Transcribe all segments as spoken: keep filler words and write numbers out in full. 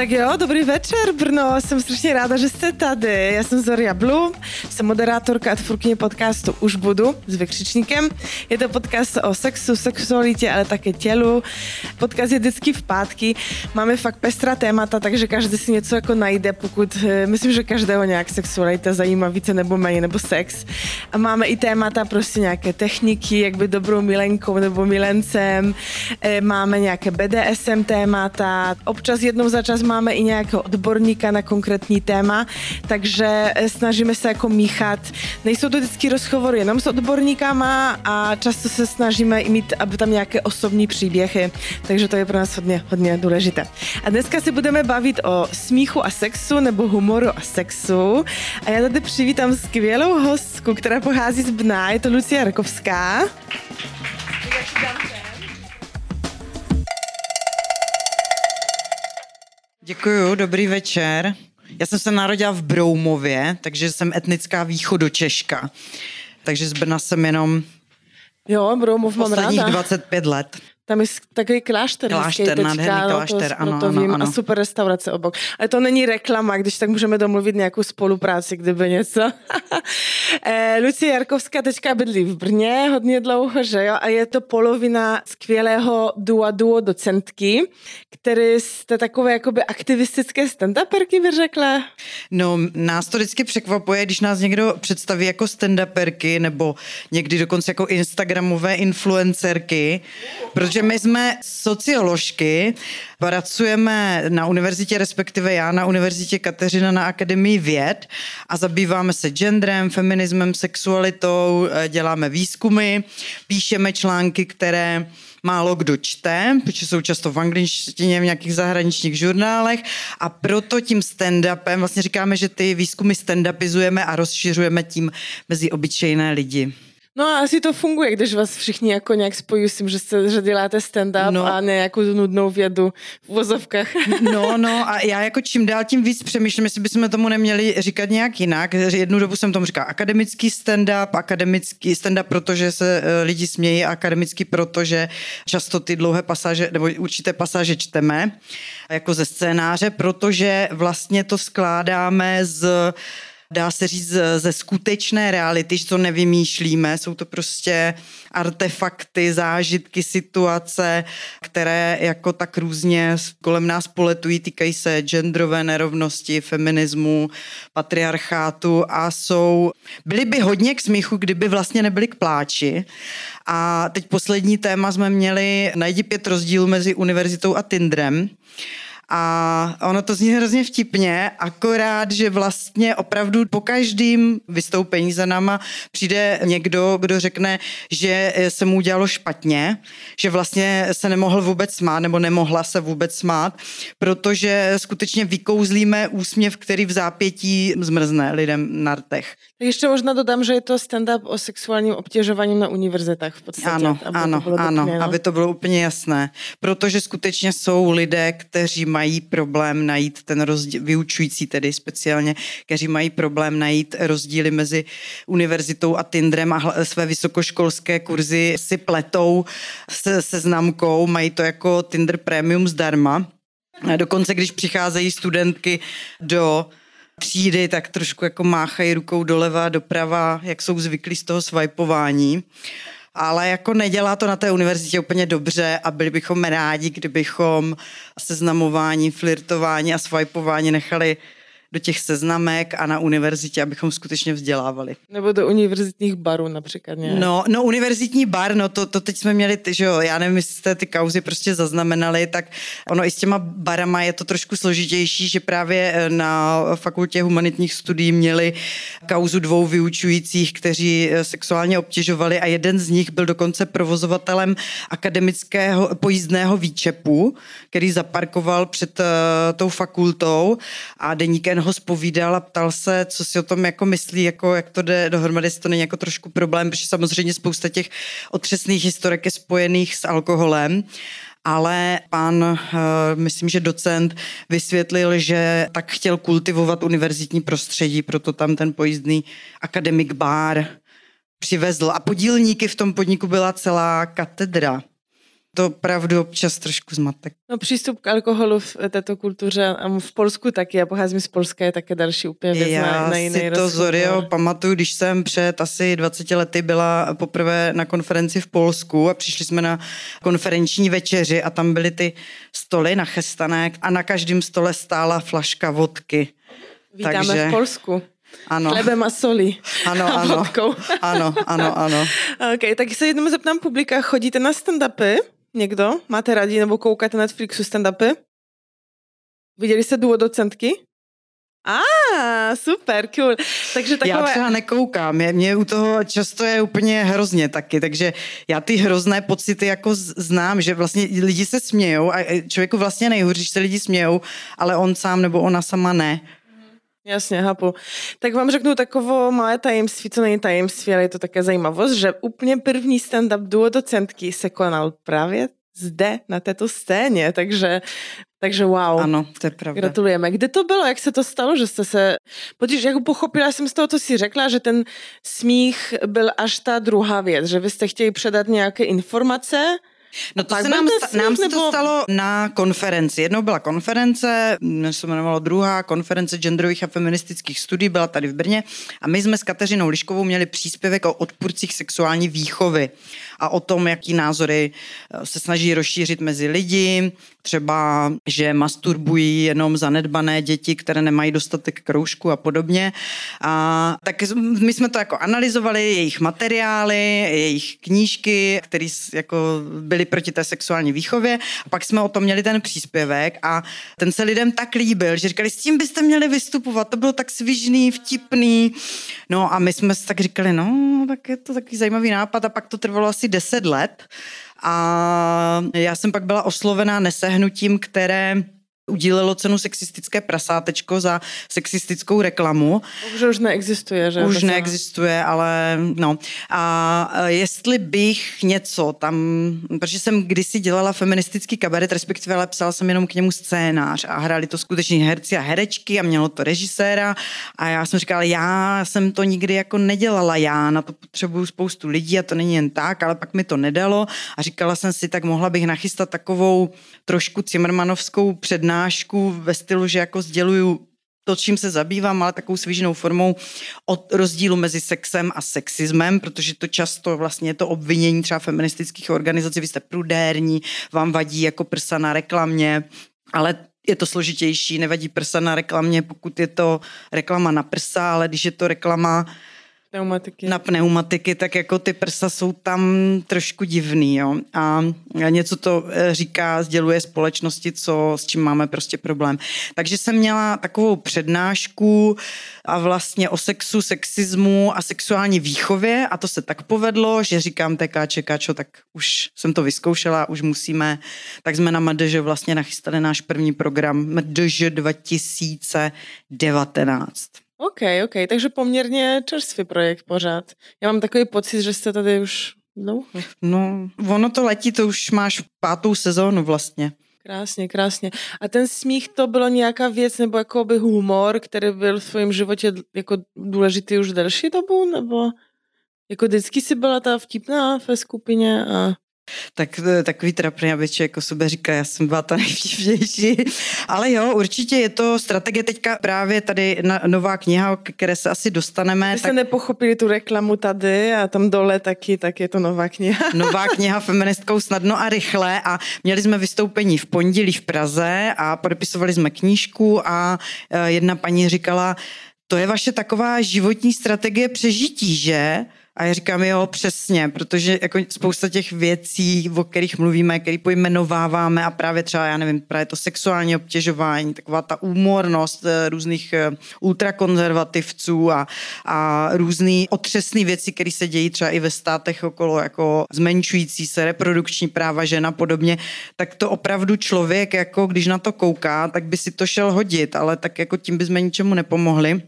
Tak jo, dobrý večer, Brno, jsem strašně ráda, že jste tady. Já jsem Zoria Blum, jsem moderátorka a tvůrkyně podcastu Už budu s vykřičníkem. Je to podcast o sexu, sexualitě, ale také tělu. Podcast je vždycky v pátky. Máme fakt pestrá témata, takže každý si něco jako najde, pokud, myslím, že každého nějak sexualita zajímá více nebo méně, nebo sex. A máme i témata, prostě nějaké techniky, jak být dobrou milenkou nebo milencem. Máme nějaké bé dé es em témata. Občas jednou za čas máme i nějakého odborníka na konkrétní téma, takže snažíme se jako míchat. Nejsou to vždycky rozhovory jenom s odborníkama a často se snažíme i mít, aby tam nějaké osobní příběhy, takže to je pro nás hodně, hodně důležité. A dneska se budeme bavit o smíchu a sexu nebo humoru a sexu. A já tady přivítám skvělou hostku, která pochází z Brna, je to Lucie Jarkovská. Děkuju, dobrý večer. Já jsem se narodila v Broumově, takže jsem etnická východočeška. Takže z Brna jsem jenom jo, Broumov mám ráda. Posledních dvacet pět let. Tam je takový klášter. Klášter, nádherný klášter, ano, to ano, vím, ano. A super restaurace obok. Ale to není reklama, když tak můžeme domluvit nějakou spolupráci, kdyby něco. Lucie Jarkovská teďka bydlí v Brně hodně dlouho, že jo? A je to polovina skvělého dua duo docentky, které jste takové jakoby aktivistické stand-uperky, by řekla. No, nás to vždycky překvapuje, když nás někdo představí jako stand-uperky nebo někdy dokonce jako instagramové influencerky, protože my jsme socioložky, pracujeme na univerzitě, respektive já na univerzitě Kateřina na Akademii věd a zabýváme se genderem, feminismem, sexualitou, děláme výzkumy, píšeme články, které málo kdo čte, protože jsou často v angličtině, v nějakých zahraničních žurnálech a proto tím stand-upem vlastně říkáme, že ty výzkumy stand-upizujeme a rozšiřujeme tím mezi obyčejné lidi. No a asi to funguje, když vás všichni jako nějak spojí s tím, že, jste, že děláte stand-up no. A ne jako nudnou vědu v uvozovkách. No, no a já jako čím dál tím víc přemýšlím, jestli bychom tomu neměli říkat nějak jinak. Jednu dobu jsem tomu říkala akademický stand-up, akademický stand-up, protože se lidi smějí, akademický, protože často ty dlouhé pasáže, nebo určité pasáže čteme jako ze scénáře, protože vlastně to skládáme z dá se říct ze skutečné reality, že to nevymýšlíme, jsou to prostě artefakty, zážitky, situace, které jako tak různě kolem nás poletují, týkají se genderové nerovnosti, feminismu, patriarchátu a jsou, byly by hodně k smíchu, kdyby vlastně nebyly k pláči. A teď poslední téma jsme měli, najdi pět rozdílů mezi univerzitou a Tinderem. A ono to zní hrozně vtipně, akorát, že vlastně opravdu po každém vystoupení za náma přijde někdo, kdo řekne, že se mu udělalo špatně, že vlastně se nemohl vůbec smát nebo nemohla se vůbec smát, protože skutečně vykouzlíme úsměv, který v zápětí zmrzne lidem na rtech. Ještě možná dodám, že je to stand-up o sexuálním obtěžování na univerzitách v podstatě. Ano, aby ano, to ano, doplně, no? aby to bylo úplně jasné. Protože skutečně jsou lidé, kteří mají problém najít ten rozdíl, vyučující tedy speciálně, kteří mají problém najít rozdíly mezi univerzitou a Tinderem a své vysokoškolské kurzy si pletou se seznamkou, mají to jako Tinder Premium zdarma. A dokonce, když přicházejí studentky do třídy, tak trošku jako máchají rukou doleva, doprava, jak jsou zvyklí z toho swipování. Ale jako nedělá to na té univerzitě úplně dobře a byli bychom rádi, kdybychom seznamování, flirtování a swipování nechali do těch seznamek a na univerzitě, abychom skutečně vzdělávali. Nebo do univerzitních barů například. Ne? No, no univerzitní bar, no to, to teď jsme měli, že jo, já nevím, jestli jste ty kauzy prostě zaznamenali, tak ono i s těma barama je to trošku složitější, že právě na fakultě humanitních studií měli kauzu dvou vyučujících, kteří sexuálně obtěžovali a jeden z nich byl dokonce provozovatelem akademického pojízdného výčepu, který zaparkoval před uh, tou fakultou a deník N ho zpovídal a ptal se, co si o tom jako myslí, jako jak to jde dohromady, jestli to není jako trošku problém, protože samozřejmě spousta těch otřesných historek je spojených s alkoholem. Ale pan, myslím, že docent vysvětlil, že tak chtěl kultivovat univerzitní prostředí, proto tam ten pojízdný akademik bar přivezl. A podílníky v tom podniku byla celá katedra. to opravdu občas trošku zmatek. No přístup k alkoholu v této kultuře a v Polsku taky, já pocházím z Polska, je také další úplně věc já na, na jiný si to, Zorio, pamatuju, když jsem před asi dvaceti lety byla poprvé na konferenci v Polsku a přišli jsme na konferenční večeři a tam byly ty stoly nachestané a na každém stole stála flaška vodky. Vítáme Takže... v Polsku. Ano. Chlebem a solí. Ano, a ano. vodkou. Ano, ano, ano. Ok, tak se jednou zeptám publika, chodíte na stand-upy? Někdo? Máte rádi nebo koukáte Netflixu stand-upy? Viděli jste Duodocentky? A ah, super, cool. Takže takové... Já třeba nekoukám, mě, mě u toho často je úplně hrozně taky, takže já ty hrozné pocity jako znám, že vlastně lidi se smějou a člověku vlastně nejhůř, když se lidi smějou, ale on sám nebo ona sama ne. Jasně, chápu. Tak vám řeknu takovou malé tajemství, co není tajemství, ale je to také zajímavost, že úplně první stand-up Duodocentky se konal právě zde, na této scéně, takže, takže wow. Ano, to je pravda. Gratulujeme. Kde to bylo, jak se to stalo, že jste se... Protože jak pochopila jsem z toho, co jsi řekla, že ten smích byl až ta druhá věc, že vy jste chtěli předat nějaké informace. No to se nám, sta- nám se to stalo na konferenci. Jednou byla konference, než se jmenovalo druhá konference genderových a feministických studií, byla tady v Brně a my jsme s Kateřinou Liškovou měli příspěvek o odpůrcích sexuální výchovy a o tom, jaký názory se snaží rozšířit mezi lidi, třeba, že masturbují jenom zanedbané děti, které nemají dostatek kroužku a podobně. A tak my jsme to jako analyzovali, jejich materiály, jejich knížky, které jako byly proti té sexuální výchově. A pak jsme o tom měli ten příspěvek a ten se lidem tak líbil, že říkali, s tím byste měli vystupovat, to bylo tak svižný, vtipný. No a my jsme si tak říkali, no, tak je to takový zajímavý nápad a pak to trvalo asi deset let. A já jsem pak byla oslovená Nesehnutím, které udílelo cenu Sexistické prasátečko za sexistickou reklamu. Už už neexistuje, že? Už neexistuje, ale no. A jestli bych něco tam, protože jsem kdysi dělala feministický kabaret, respektive ale psala jsem jenom k němu scénář a hráli to skutečně herci a herečky a mělo to režiséra a já jsem říkala, já jsem to nikdy jako nedělala, já na to potřebuju spoustu lidí a to není jen tak, ale pak mi to nedalo a říkala jsem si, tak mohla bych nachystat takovou trošku cimrmanovskou přednášku ve stylu, že jako sděluju to, čím se zabývám, ale takovou svížnou formou od rozdílu mezi sexem a sexismem, protože to často vlastně je to obvinění třeba feministických organizací, vy jste prudérní, vám vadí jako prsa na reklamě, ale je to složitější, nevadí prsa na reklamě, pokud je to reklama na prsa, ale když je to reklama Pneumatiky. na pneumatiky, tak jako ty prsa jsou tam trošku divný, jo. A něco to říká, sděluje společnosti, co, s čím máme prostě problém. Takže jsem měla takovou přednášku a vlastně o sexu, sexismu a sexuální výchově a to se tak povedlo, že říkám té Káče, Káčo, tak už jsem to vyzkoušela, už musíme, tak jsme na M D Ž vlastně nachystali náš první program M D Ž dva tisíce devatenáct. OK, OK, takže poměrně čerstvý projekt pořád. Já mám takový pocit, že jste tady už dlouho. No, ono to letí, to už máš pátou sezónu vlastně. Krásně, krásně. A ten smích to bylo nějaká věc, nebo jakoby humor, který byl v tvojím životě jako důležitý už delší dobu, nebo jako vždycky si byla ta vtipná ve skupině a... Tak takový trapný, aby člověk o sobě říká, já jsem byla ta nejvtipnější. Ale jo, určitě je to strategie teďka právě tady na, nová kniha, které se asi dostaneme. Vy tak... jste nepochopili tu reklamu tady a tam dole taky, tak je to nová kniha. Nová kniha feministkou snadno a rychle a měli jsme vystoupení v pondělí v Praze a podepisovali jsme knížku a jedna paní říkala, to je vaše taková životní strategie přežití, že? A já říkám, jo, přesně, protože jako spousta těch věcí, o kterých mluvíme, které pojmenováváme a právě třeba, já nevím, právě to sexuální obtěžování, taková ta úmornost různých ultrakonzervativců a, a různý otřesné věci, které se dějí třeba i ve státech okolo, jako zmenšující se reprodukční práva žen a podobně, tak to opravdu člověk, jako když na to kouká, tak by si to šel hodit, ale tak jako tím bychom ničemu nepomohli.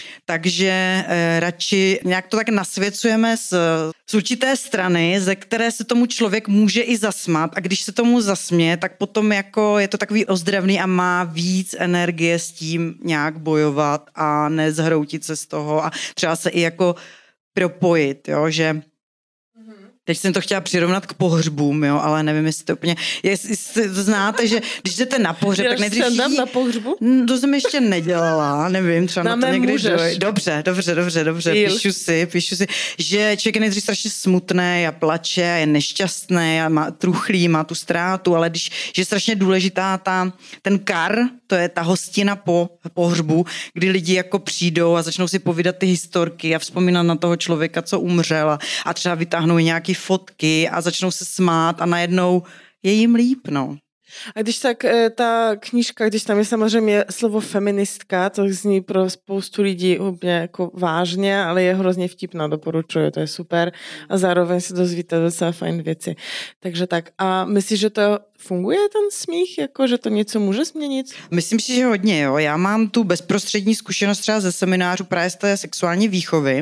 Takže eh, radši nějak to tak nasvěcujeme z, z určité strany, ze které se tomu člověk může i zasmát a když se tomu zasměje, tak potom jako je to takový ozdravný a má víc energie s tím nějak bojovat a nezhroutit se z toho a třeba se i jako propojit, jo, že Teď jsem to chtěla přirovnat k pohřbům, jo, ale nevím, jestli to úplně... Jestli to znáte, že když jdete na pohřeb, Děláš tak nejdřív všichni... na pohřbu? To jsem ještě nedělala, nevím, třeba na, na to někdy dojde. Dobře, dobře, dobře, dobře, Jil. píšu si, píšu si, že člověk je nejdřív strašně smutný a plače a je nešťastný a má truchlí, má tu ztrátu, ale když že je strašně důležitá ta, ten kar, to je ta hostina po pohřbu, kdy lidi jako přijdou a začnou si povídat ty historky a vzpomínat na toho člověka, co umřel a, a třeba vytáhnou nějaký fotky a začnou se smát a najednou je jim líp, no. A když tak ta knížka, když tam je samozřejmě slovo feministka, to zní pro spoustu lidí úplně jako vážně, ale je hrozně vtipná, doporučuji, to je super a zároveň si dozvíte docela fajn věci. Takže tak. A myslíš, že to funguje ten smích, jako že to něco může změnit? Myslím si, že hodně, jo. Já mám tu bezprostřední zkušenost třeba ze seminářu právě z té sexuální výchovy,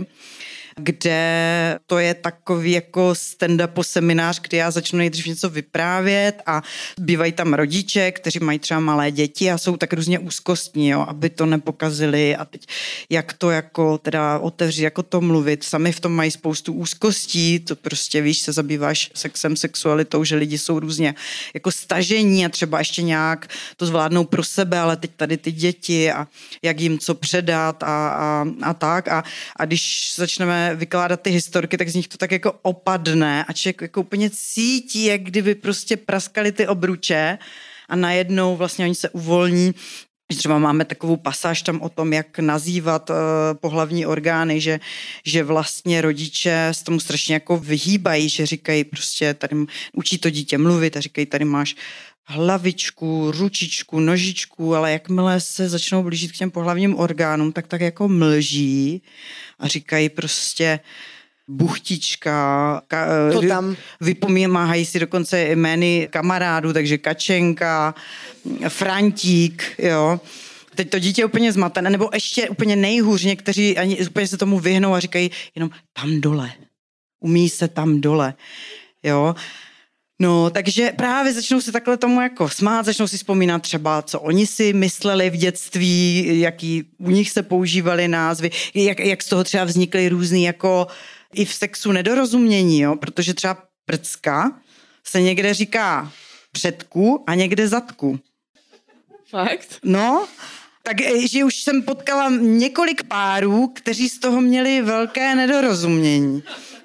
kde to je takový jako stand-up seminář, kde já začnu nejdřív něco vyprávět a bývají tam rodiče, kteří mají třeba malé děti a jsou tak různě úzkostní, jo, aby to nepokazili a teď jak to jako teda otevřít, jako to mluvit. Sami v tom mají spoustu úzkostí, to prostě víš, se zabýváš sexem, sexualitou, že lidi jsou různě jako stažení a třeba ještě nějak to zvládnou pro sebe, ale teď tady ty děti a jak jim co předat a, a, a tak a, a když začneme vykládat ty historky, tak z nich to tak jako opadne a člověk jako úplně cítí, jak kdyby prostě praskaly ty obruče a najednou vlastně oni se uvolní. Třeba máme takovou pasáž tam o tom, jak nazývat uh, pohlavní orgány, že, že vlastně rodiče s tomu strašně jako vyhýbají, že říkají prostě, tady učí to dítě mluvit a říkají, tady máš hlavičku, ručičku, nožičku, ale jakmile se začnou blížit k těm pohlavním orgánům, tak tak jako mlží a říkají prostě buchtička, ka, to tam. Vypomáhají si dokonce jmény kamarádů, takže Kačenka, Frantík, jo. Teď to dítě je úplně zmatené, nebo ještě úplně nejhůř, někteří ani úplně se tomu vyhnou a říkají jenom tam dole, umí se tam dole, jo. No, takže právě začnou se takhle tomu jako smát, začnou si vzpomínat třeba, co oni si mysleli v dětství, jaký u nich se používaly názvy, jak, jak z toho třeba vznikly různý jako i v sexu nedorozumění, jo, protože třeba prcka se někde říká předku a někde zadku. Fakt? No, takže už jsem potkala několik párů, kteří z toho měli velké nedorozumění.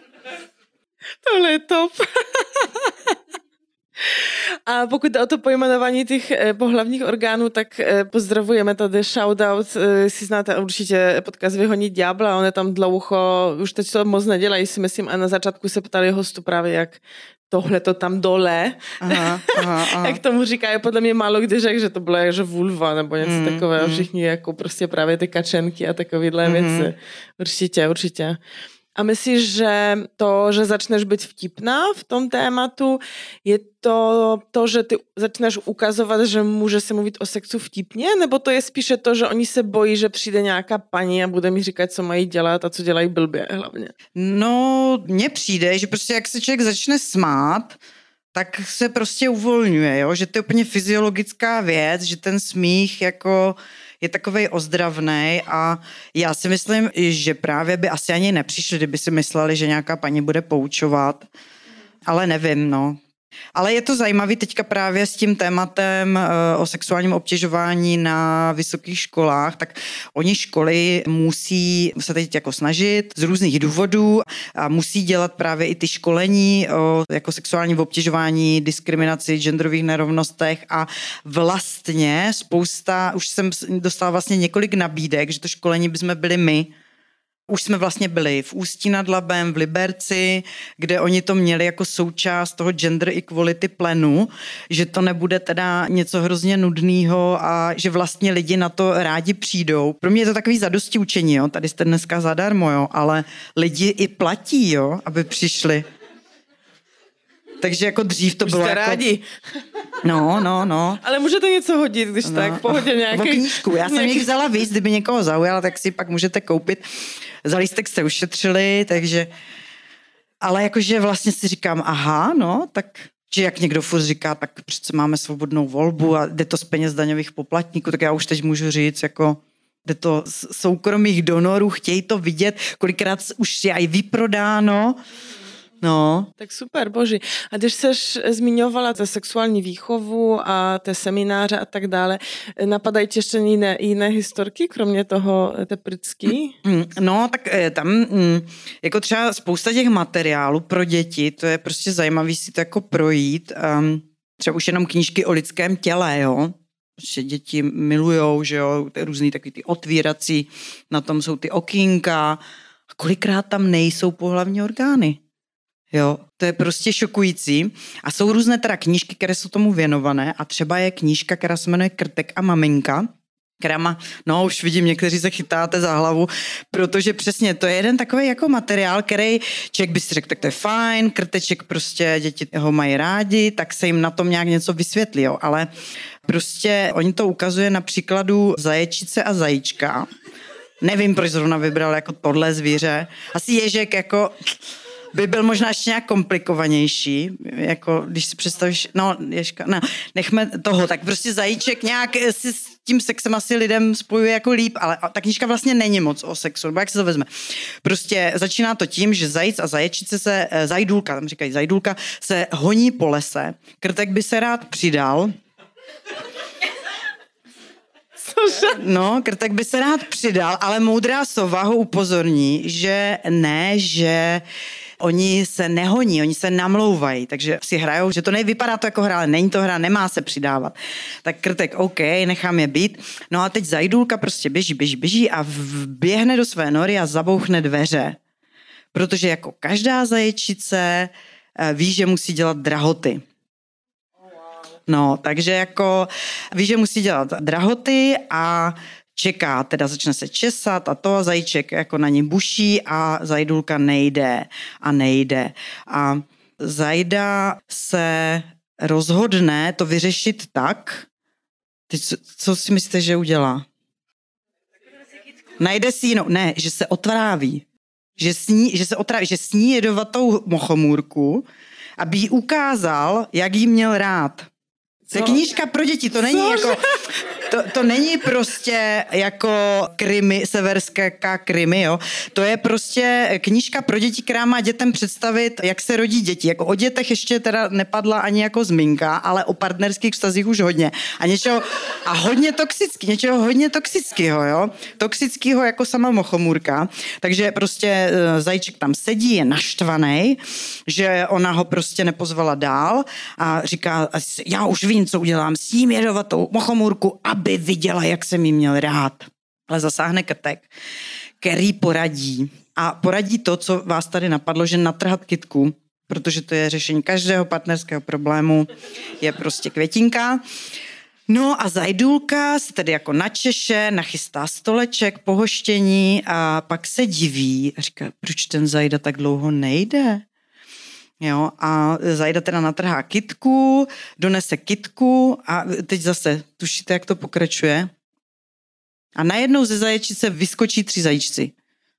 Tohle je top. A pokud o to pojmenování těch pohlavních orgánů, tak pozdravujeme tady shoutout, si znáte určitě podcast Vyhonit ďábla, on je tam dlouho, už teď to moc nedělají, si myslím, a na začátku se ptali hostu právě, jak tohle to tam dole, aha, aha, aha. Jak tomu říkají, podle mě málo kdy řekl, že to bylo jako vulva nebo něco mm, takového, mm. Všichni jako prostě právě ty kačenky a takovýhle mm. věci. Určitě, určitě. A myslíš, že to, že začneš být vtipná v tom tématu, je to to, že ty začneš ukazovat, že může se mluvit o sexu vtipně, nebo to je spíše to, že oni se bojí, že přijde nějaká paní a bude mi říkat, co mají dělat a co dělají blbě hlavně? No, mně přijde, že prostě jak se člověk začne smát, tak se prostě uvolňuje, jo? Že to je úplně fyziologická věc, že ten smích jako je takovej ozdravnej a já si myslím, že právě by asi ani nepřišli, kdyby si mysleli, že nějaká paní bude poučovat, ale nevím, no. Ale je to zajímavý teďka právě s tím tématem o sexuálním obtěžování na vysokých školách, tak oni školy musí se teď jako snažit z různých důvodů a musí dělat právě i ty školení o jako sexuálním obtěžování, diskriminaci, genderových nerovnostech a vlastně spousta, už jsem dostala vlastně několik nabídek, že to školení bychom byli my. Už jsme vlastně byli v Ústí nad Labem, v Liberci, kde oni to měli jako součást toho gender equality plenu, že to nebude teda něco hrozně nudného a že vlastně lidi na to rádi přijdou. Pro mě je to takový zadosti učení, jo, tady jste dneska zadarmo, jo, ale lidi i platí, jo, aby přišli. Takže jako dřív to už bylo jste jako... rádi. No, no, no. Ale můžete něco hodit, když no, tak, v pohodě nějaký... O knížku, já jsem nějaký... jich vzala víc, kdyby někoho zaujala, tak si pak můžete koupit. Za lístek jste ušetřili, takže... Ale jakože vlastně si říkám, aha, no, tak... Že jak někdo furt říká, tak přece máme svobodnou volbu a jde to z peněz daňových poplatníků, tak já už teď můžu říct, jako... Jde to z soukromých donorů, chtějí to vidět, kolikrát už je aj vyprodáno. No. Tak super, boží. A když seš zmiňovala te sexuální výchovu a te semináře a tak dále, napadají ti ještě jiné, jiné historky, kromě toho teprický? No, tak tam jako třeba spousta těch materiálů pro děti, to je prostě zajímavý si to jako projít. Um, třeba už jenom knížky o lidském těle, jo. Prostě děti milujou, že jo, různý takový ty otvírací, na tom jsou ty okýnka. A kolikrát tam nejsou pohlavní orgány? Jo, to je prostě šokující. A jsou různé teda knížky, které jsou tomu věnované a třeba je knížka, která se jmenuje Krtek a maminka, která má, no už vidím, někteří se chytáte za hlavu, protože přesně to je jeden takový jako materiál, který člověk by si řekl, tak to je fajn, krteček prostě, děti ho mají rádi, tak se jim na tom nějak něco vysvětlí, jo, ale prostě oni to ukazuje na příkladu zaječice a zajíčka. Nevím, proč zrovna vybral jako tohle zvíře. Asi ježek jako by byl možná ještě nějak komplikovanější, jako když si představíš, no, ježka, no, nechme toho, tak prostě zajíček nějak si s tím sexem asi lidem spojuje jako líp, ale ta knížka vlastně není moc o sexu, nebo jak se to vezme. Prostě začíná to tím, že zajíc a zaječice se, zajdůlka, tam říkají zajdůlka, se honí po lese, krtek by se rád přidal. No, krtek by se rád přidal, ale moudrá sova ho upozorní, že ne, že oni se nehoní, oni se namlouvají, takže si hrajou, že to nevypadá to jako hra, ale není to hra, nemá se přidávat. Tak krtek, OK, nechám je být. No a teď zajdůlka prostě běží, běží, běží a běhne do své nory a zabouchne dveře. Protože jako každá zaječice ví, že musí dělat drahoty. No, takže jako ví, že musí dělat drahoty a čeká, teda začne se česat a to, zajíček jako na ní buší a zajdůlka nejde a nejde. A zajda se rozhodne to vyřešit tak, teď co, co si myslíte, že udělá? Najde si jinou, ne, že se otráví, že, sní, že se otráví, že sní jedovatou mochomůrku, aby jí ukázal, jak jí měl rád. To je knížka pro děti, to není Cože? jako, to, to není prostě jako krimi, severská krimi, jo. To je prostě knížka pro děti, která má dětem představit, jak se rodí děti. Jako o dětech ještě teda nepadla ani jako zmínka, ale o partnerských vztazích už hodně. A něčeho, a hodně toxický, něčeho hodně toxického, jo. Toxického jako sama mochomůrka. Takže prostě zajíček tam sedí, je naštvaný, že ona ho prostě nepozvala dál a říká, já už vím, co udělám, s ním jedovatou mochomůrku, aby viděla, jak jsem jí měl rád. Ale zasáhne krtek, který poradí. A poradí to, co vás tady napadlo, že natrhat kytku, protože to je řešení každého partnerského problému, je prostě květinka. No a zajdůlka se tedy jako načeše, nachystá stoleček, pohoštění a pak se diví a říká, proč ten zajda tak dlouho nejde? Jo, a zajda teda natrhá kytku, donese kytku a teď zase, tušíte, jak to pokračuje? A najednou ze zaječice vyskočí tři zajíčci.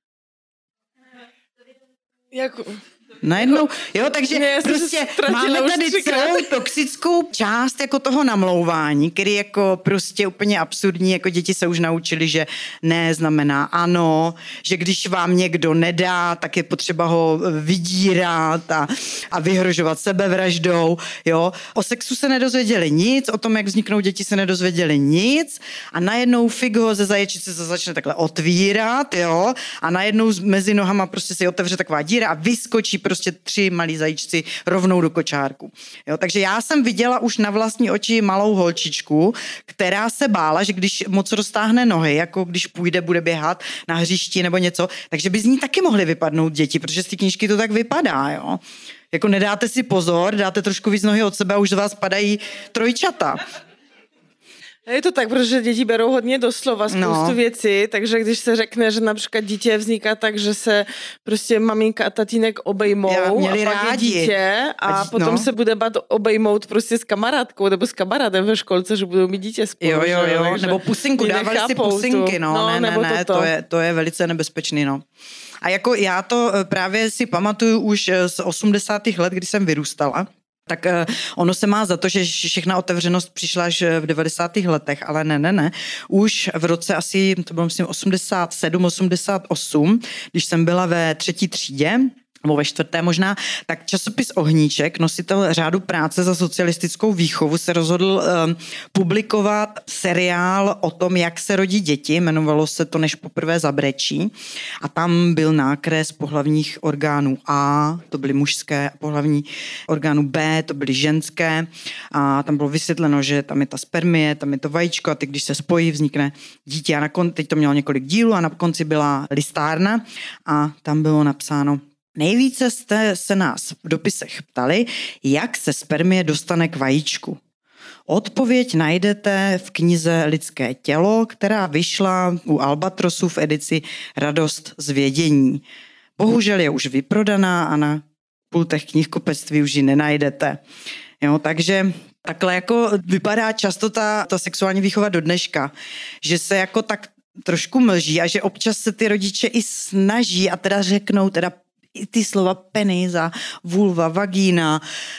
Jako... Najednou, jo, takže ne, prostě máme tady celou toxickou část jako toho namlouvání, který jako prostě úplně absurdní, jako děti se už naučili, že ne znamená ano, že když vám někdo nedá, tak je potřeba ho vydírat a, a vyhrožovat sebevraždou, jo. O sexu se nedozvěděli nic, o tom, jak vzniknou děti, se nedozvěděli nic a najednou fig ho ze zaječice se začne takhle otvírat, jo, a najednou mezi nohama prostě si otevře taková díra a vyskočí prostě tři malí zajíčci rovnou do kočárku. Jo, takže já jsem viděla už na vlastní oči malou holčičku, která se bála, že když moc roztáhne nohy, jako když půjde, bude běhat na hřišti nebo něco, takže by z ní taky mohly vypadnout děti, protože z té knížky to tak vypadá, jo. Jako nedáte si pozor, dáte trošku víc nohy od sebe a už z vás padají trojčata. Je to tak, protože děti berou hodně doslova spoustu no. věcí, takže když se řekne, že například dítě vzniká tak, že se prostě maminka a tatínek obejmou a pak je dítě a Ať, potom no. se bude bát obejmout prostě s kamarádkou nebo s kamarádem ve školce, že budou mít dítě spolu. Jo, jo, jo, takže nebo pusinku, dávali si pusinky, no, no ne, ne, ne, to je, to je velice nebezpečný, no. A jako já to právě si pamatuju už z osmdesátých let, kdy jsem vyrůstala, tak ono se má za to, že všechna otevřenost přišla až v devadesátých letech, ale ne, ne, ne. Už v roce asi, to bylo myslím osmdesát sedm, osmdesát osm, když jsem byla ve třetí třídě nebo ve čtvrté možná, tak časopis Ohníček, nositel řádu práce za socialistickou výchovu, se rozhodl um, publikovat seriál o tom, jak se rodí děti, jmenovalo se to Než poprvé zabrečí a tam byl nákres pohlavních orgánů A, to byly mužské, a pohlavní orgánů B, to byly ženské a tam bylo vysvětleno, že tam je ta spermie, tam je to vajíčko a ty, když se spojí, vznikne dítě a na konci, teď to mělo několik dílů a na konci byla listárna a tam bylo napsáno: nejvíce jste se nás v dopisech ptali, jak se spermie dostane k vajíčku. Odpověď najdete v knize Lidské tělo, která vyšla u Albatrosu v edici Radost z vědění. Bohužel je už vyprodaná a na pultech knihkupectví už ji nenajdete. Jo, takže takhle jako vypadá často ta, ta sexuální výchova do dneška, že se jako tak trošku mlží a že občas se ty rodiče i snaží a teda řeknou teda i ty slova penis a vulva, vagína,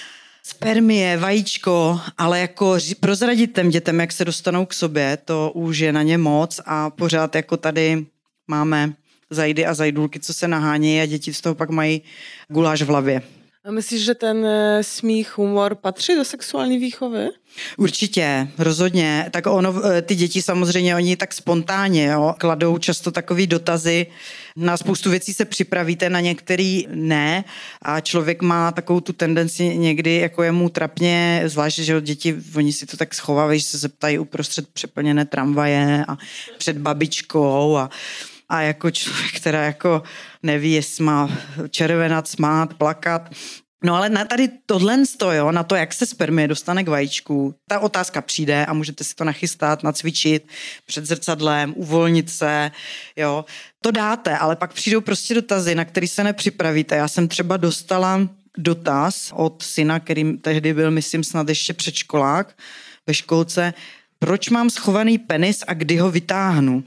spermie, vajíčko, ale jako prozradit těm dětem, jak se dostanou k sobě, to už je na ně moc a pořád jako tady máme zajdy a zajdůlky, co se nahánějí a děti z toho pak mají guláš v hlavě. A myslíš, že ten smích, humor patří do sexuální výchovy? Určitě, rozhodně. Tak ono, ty děti samozřejmě, oni tak spontánně, jo, kladou často takový dotazy. Na spoustu věcí se připravíte, na některý ne. A člověk má takovou tu tendenci někdy, jako je mu trapně, zvlášť, že děti, oni si to tak schovávají, že se zeptají uprostřed přeplněné tramvaje a před babičkou a A jako člověk, která jako neví, jestli má červenat, smát, plakat. No ale na tady tohle jo, na to, jak se spermie dostane k vajíčku, ta otázka přijde a můžete si to nachystat, nacvičit před zrcadlem, uvolnit se, jo. To dáte, ale pak přijdou prostě dotazy, na který se nepřipravíte. Já jsem třeba dostala dotaz od syna, kterým tehdy byl, myslím, snad ještě předškolák ve školce, proč mám schovaný penis a kdy ho vytáhnu?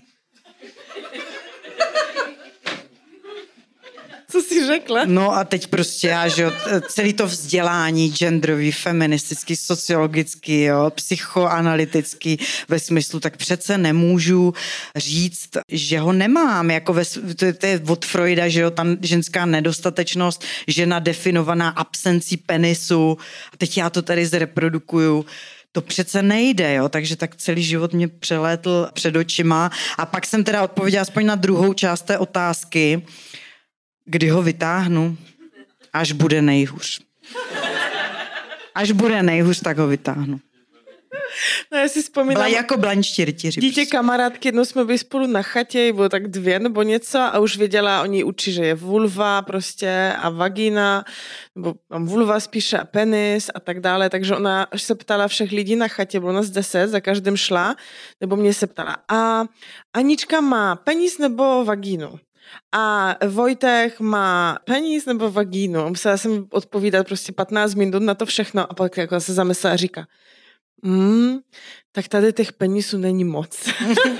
Co jsi řekla? No a teď prostě já, že jo, celý to vzdělání genderový, feministický, sociologický, jo, psychoanalytický ve smyslu, tak přece nemůžu říct, že ho nemám, jako ve, to, to je od Freuda, že jo, ta ženská nedostatečnost, žena definovaná absencí penisu a teď já to tady zreprodukuju. To přece nejde, jo, takže tak celý život mě přelétl před očima a pak jsem teda odpověděla aspoň na druhou část té otázky, kdy ho vytáhnu, až bude nejhůř. Až bude nejhůř, tak ho vytáhnu. No já si vzpomínám... Byla jako blančtí rytíři. Dítě kamarádky, jednou jsme byli spolu na chatě, bylo tak dvě nebo něco a už věděla, oni učí, že je vulva prostě a vagína, nebo mám vulva spíše a penis a tak dále, takže ona až se ptala všech lidí na chatě, bylo nás deset, za každým šla, nebo mě se ptala, a Anička má penis nebo vagínu? A Vojtek má penis nebo vagínu? Musela jsem odpovídat prostě patnáct minut na to všechno a pak jako se zamyslela a říká, mm, tak tady těch penisů není moc.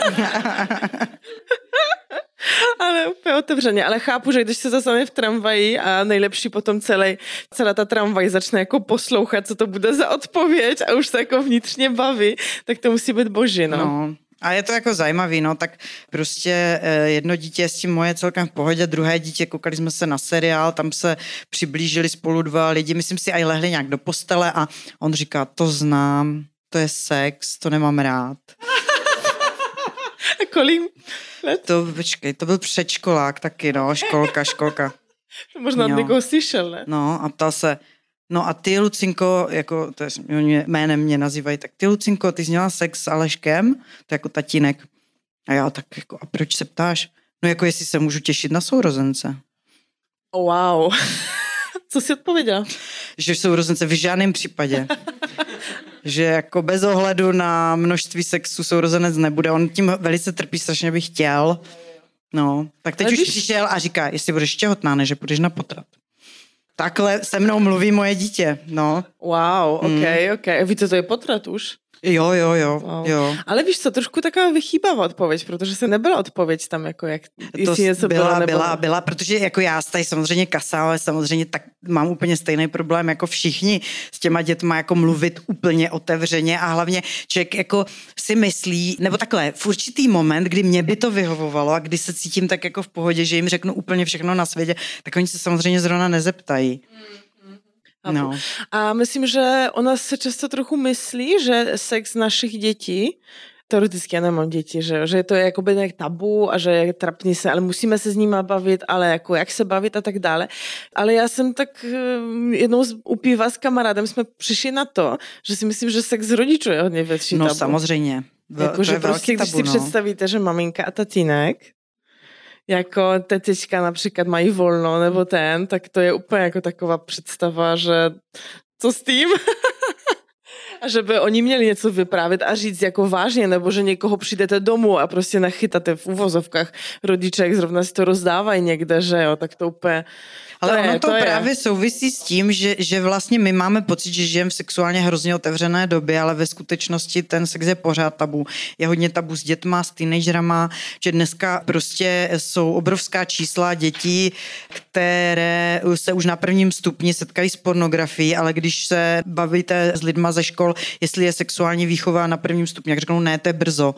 Ale úplně otevřeně. Ale chápu, že když se zastaneme v tramvaji a nejlepší potom celý, celá ta tramvaj začne jako poslouchat, co to bude za odpověď a už se jako vnitřně baví, tak to musí být boží, no. no. A je to jako zajímavý, no, tak prostě jedno dítě s tím moje celkem v pohodě, druhé dítě, koukali jsme se na seriál, tam se přiblížili spolu dva lidi, myslím si, aj lehli nějak do postele a on říká, to znám, to je sex, to nemám rád. A kolik let? To, počkej, to byl předškolák taky, no, školka, školka. To možná od někoho slyšel, ne? No a ptal se, no a ty, Lucinko, jako, to je, jménem mě nazývají, tak ty, Lucinko, ty jsi měla sex s Aleškem, to je jako tatínek. A já tak jako, a proč se ptáš? No jako, jestli se můžu těšit na sourozence. Oh, wow. Co jsi odpověděla? Že sourozence v žádném případě. Že jako bez ohledu na množství sexu sourozenec nebude. On tím velice trpí, strašně bych chtěl. No, tak teď ale už víš... přišel a říká, jestli budeš těhotná, než půjdeš na potrat. Takhle se mnou mluví moje dítě, no. Wow, ok, mm. ok. A víte, to je potrat už? Jo, jo, jo, wow. jo. Ale víš co, trošku taková vychýbavá odpověď, protože se nebyla odpověď tam, jako jak, jestli něco byla, bylo, nebo... byla, byla, protože jako já tady samozřejmě kasám, ale samozřejmě tak mám úplně stejný problém jako všichni s těma dětma, jako mluvit úplně otevřeně a hlavně člověk jako si myslí, nebo takhle, v určitý moment, kdy mě by to vyhovovalo a kdy se cítím tak jako v pohodě, že jim řeknu úplně všechno na světě, tak oni se samozřejmě zrovna nezeptají. No. A myslím, že o nás se často trochu myslí, že sex našich dětí, teoreticky já nemám děti, že, že to je jakoby nějak tabu a že je trapný se, ale musíme se s nimi bavit, ale jako jak se bavit a tak dále. Ale já jsem tak jednou z, u piva s kamarádem jsme přišli na to, že si myslím, že sex rodičů je hodně větší no, tabu. No samozřejmě. Jako, že prostě, když si no. představíte, že maminka a tatínek jako tetička například mají volno nebo ten, tak to je úplně jako taková představa, že co s tím? A že by oni měli něco vyprávět a říct jako vážně, nebo že někoho přijdete domů a prostě nachytáte v uvozovkách rodiče, jak zrovna si to rozdávají někde, že jo, tak to úplně... Ale to ono je, to, to právě je. souvisí s tím, že, že vlastně my máme pocit, že žijeme v sexuálně hrozně otevřené době, ale ve skutečnosti ten sex je pořád tabu. Je hodně tabu s dětma, s teenagerama, že dneska prostě jsou obrovská čísla dětí, které se už na prvním stupni setkají s pornografií, ale když se bavíte s lidma ze škol, jestli je sexuální výchova na prvním stupni, jak řeknou, ne, to je brzo.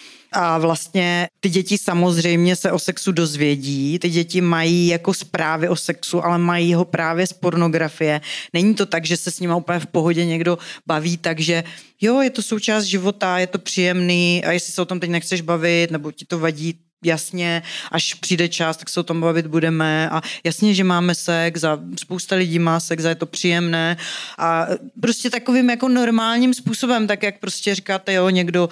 A vlastně ty děti samozřejmě se o sexu dozvědí, ty děti mají jako zprávy o sexu, ale mají ho právě z pornografie. Není to tak, že se s nima úplně v pohodě někdo baví, takže jo, je to součást života, je to příjemný a jestli se o tom teď nechceš bavit, nebo ti to vadí, jasně, až přijde čas, tak se o tom bavit budeme a jasně, že máme sex a spousta lidí má sex a je to příjemné a prostě takovým jako normálním způsobem, tak jak prostě říkáte, jo, někdo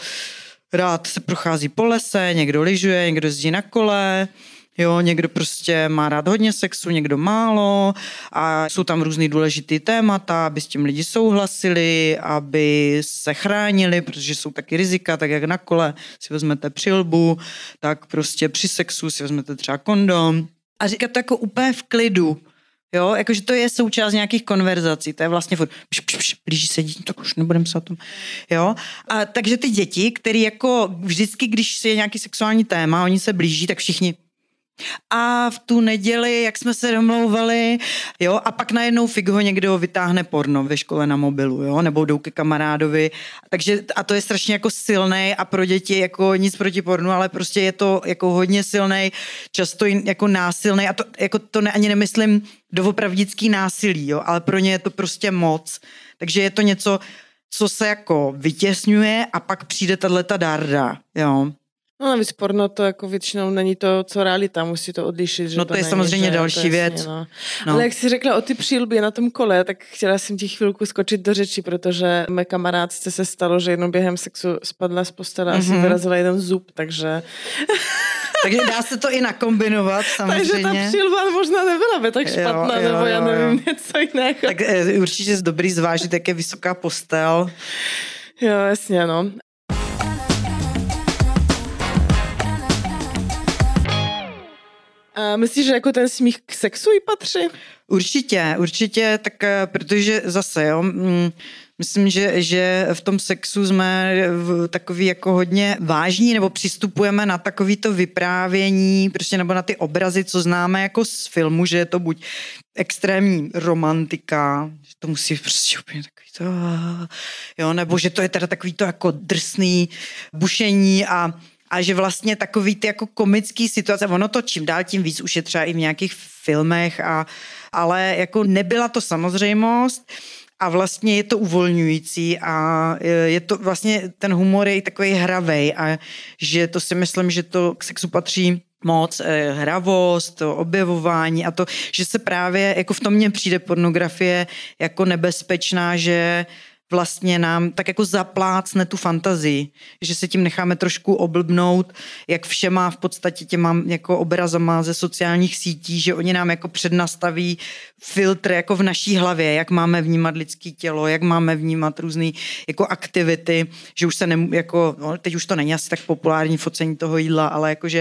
rád se prochází po lese, někdo lyžuje, někdo jezdí na kole, jo, někdo prostě má rád hodně sexu, někdo málo a jsou tam různý důležitý témata, aby s tím lidi souhlasili, aby se chránili, protože jsou taky rizika, tak jak na kole si vezmete přilbu, tak prostě při sexu si vezmete třeba kondom a říkat to jako úplně v klidu. Jo, jakože to je součást nějakých konverzací, to je vlastně furt, pš, pš, pš, blíží se dítě, tak už nebudeme se o tom, jo. A takže ty děti, který jako vždycky, když je nějaký sexuální téma, oni se blíží, tak všichni a v tu neděli, jak jsme se domlouvali, jo, a pak najednou fig ho někdo vytáhne porno ve škole na mobilu, jo, nebo jdou ke kamarádovi, takže a to je strašně jako silnej a pro děti jako nic proti pornu, ale prostě je to jako hodně silnej, často jako násilnej a to jako to ne, ani nemyslím doopravdický násilí, jo, ale pro ně je to prostě moc, takže je to něco, co se jako vytěsňuje a pak přijde tato darda, jo. No navíc porno to jako většinou není to, co realita, musí to odlišit. Že no to, to je není, samozřejmě že, další to je věc. Jasně, no. No. Ale jak jsi řekla o ty přilbě na tom kole, tak chtěla jsem ti chvilku skočit do řeči, protože mé kamarádce se stalo, že jednou během sexu spadla z postele a mm-hmm. si vyrazila jeden zub, takže... Takže dá se to i nakombinovat samozřejmě. Takže ta přilba možná nebyla by tak špatná, jo, jo, nebo já nevím, jo. něco jiného. Tak určitě je dobrý zvážit, jak je vysoká postel. Jo, jasně, no. A myslíš, že jako ten smích k sexu i patří? Určitě, určitě, tak protože zase, jo, myslím, že, že v tom sexu jsme takový jako hodně vážní, nebo přistupujeme na takovýto vyprávění, prostě nebo na ty obrazy, co známe jako z filmu, že je to buď extrémní romantika, že to musí prostě úplně takový to, jo, nebo že to je teda takový to jako drsný bušení a A že vlastně takový ty jako komický situace, ono to čím dál tím víc už je třeba i v nějakých filmech, a, ale jako nebyla to samozřejmost a vlastně je to uvolňující a je to vlastně ten humor je i takový hravej a že to si myslím, že to k sexu patří moc, hravost, to objevování a to, že se právě jako v tom mně přijde pornografie jako nebezpečná, že vlastně nám tak jako zaplácne tu fantazii, že se tím necháme trošku oblbnout, jak všema v podstatě těma jako obrazama ze sociálních sítí, že oni nám jako přednastaví filtr jako v naší hlavě, jak máme vnímat lidské tělo, jak máme vnímat různé jako aktivity, že už se ne, jako, no, teď už to není asi tak populární focení toho jídla, ale jakože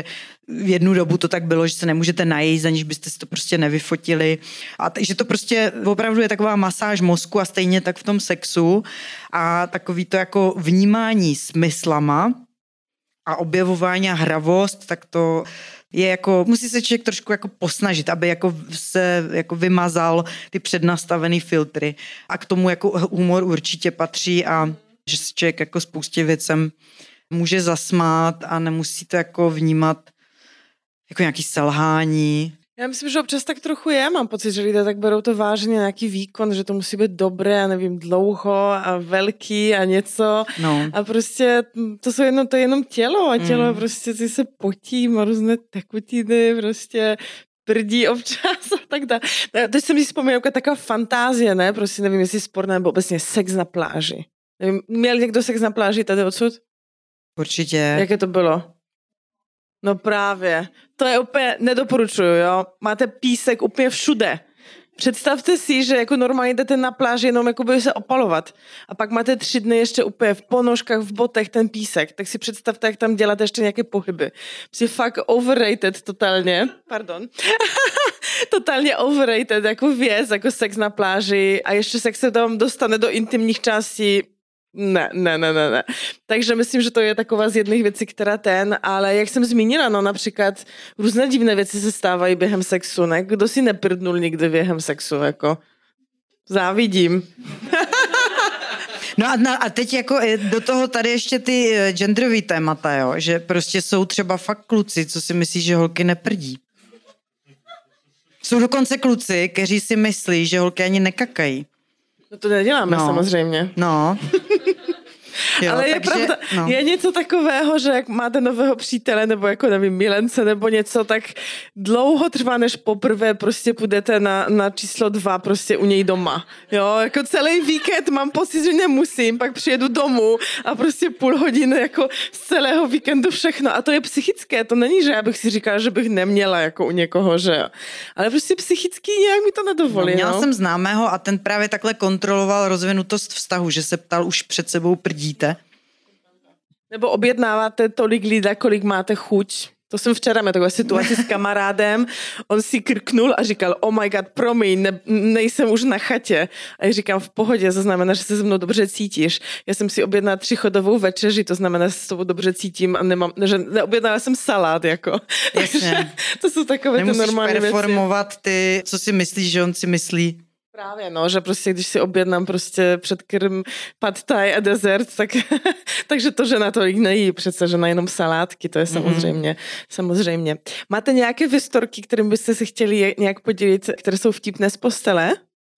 v jednu dobu to tak bylo, že se nemůžete najíst, aniž byste si to prostě nevyfotili. A takže to prostě opravdu je taková masáž mozku a stejně tak v tom sexu a takový to jako vnímání smyslama a objevování a hravost, tak to je jako, musí se člověk trošku jako posnažit, aby jako se jako vymazal ty přednastavený filtry. A k tomu jako humor určitě patří a že se člověk jako spoustě věcem může zasmát a nemusí to jako vnímat jako nějaký selhání. Já myslím, že občas tak trochu je. Mám pocit, že lidé tak berou to vážně, nějaký výkon, že to musí být dobré a nevím, dlouho a velký a něco. No. A prostě to, jsou jenom, to je jenom tělo a tělo mm. prostě si se potí, má různé tekutiny, prostě prdí občas a tak dále. Teď jsem si vzpomněla jako taková fantázie, ne? Prostě nevím, jestli sporná nebo obecně sex na pláži. Nevím, měl někdo sex na pláži tady odsud? Určitě. Jaké to bylo? No právě. To je úplně, nedoporučuju, jo. Máte písek úplně všude. Představte si, že jako normálně jdete na pláži jenom jako by se opalovat. A pak máte tři dny ještě úplně v ponožkách, v botech ten písek. Tak si představte, jak tam děláte ještě nějaké pohyby. Prostě fakt overrated totálně. Pardon. Totálně overrated jako věc, jako sex na pláži. A ještě sex se tam dostane do intimních částí. Ne, ne, ne, ne, ne. Takže myslím, že to je taková z jedných věcí, která ten, ale jak jsem zmínila, no například různé divné věci se stávají během sexu, ne? Kdo si neprdnul nikdy během sexu, jako závidím. No a, na, a teď jako do toho tady ještě ty genderový témata, jo, že prostě jsou třeba fakt kluci, co si myslí, že holky neprdí. Jsou dokonce kluci, kteří si myslí, že holky ani nekakají. No to neděláme no. samozřejmě. No. Jo, ale je takže, pravda, no. je něco takového, že jak máte nového přítele nebo jako nevím, milence nebo něco, tak dlouho trvá, než poprvé prostě půjdete na, na číslo dva prostě u něj doma. Jo, jako celý víkend mám pocit, že nemusím, pak přijedu domů a prostě půl hodiny jako z celého víkendu všechno. A to je psychické, to není, že já bych si říkala, že bych neměla jako u někoho, že ale prostě psychicky nějak mi to nedovolí. No, měla no. jsem známého a ten právě takhle kontroloval rozvinutost vztahu, že se ptal už před sebou prdí. Nebo objednáváte tolik lidí, kolik máte chuť. To jsem včera měl takovou situaci s kamarádem. On si krknul a říkal, oh my god, promiň, ne, nejsem už na chatě. A já říkám, v pohodě, to znamená, že se se mnou dobře cítíš. Já jsem si objednala třichodovou večeři, to znamená, že se s tobou dobře cítím a nemám, že neobjednala jsem salát, jako. Jasně. To jsou takové ty normální věci. Nemusíš performovat ty, co si myslíš, že on si myslí. Právě, no, že prostě, když si objednám prostě předkrm pad thai a dezert, tak, takže to žena tolik nejí, přece žena jenom salátky, to je samozřejmě, mm-hmm. samozřejmě. Máte nějaké historky, kterým byste se chtěli nějak podělit, které jsou vtipné z postele?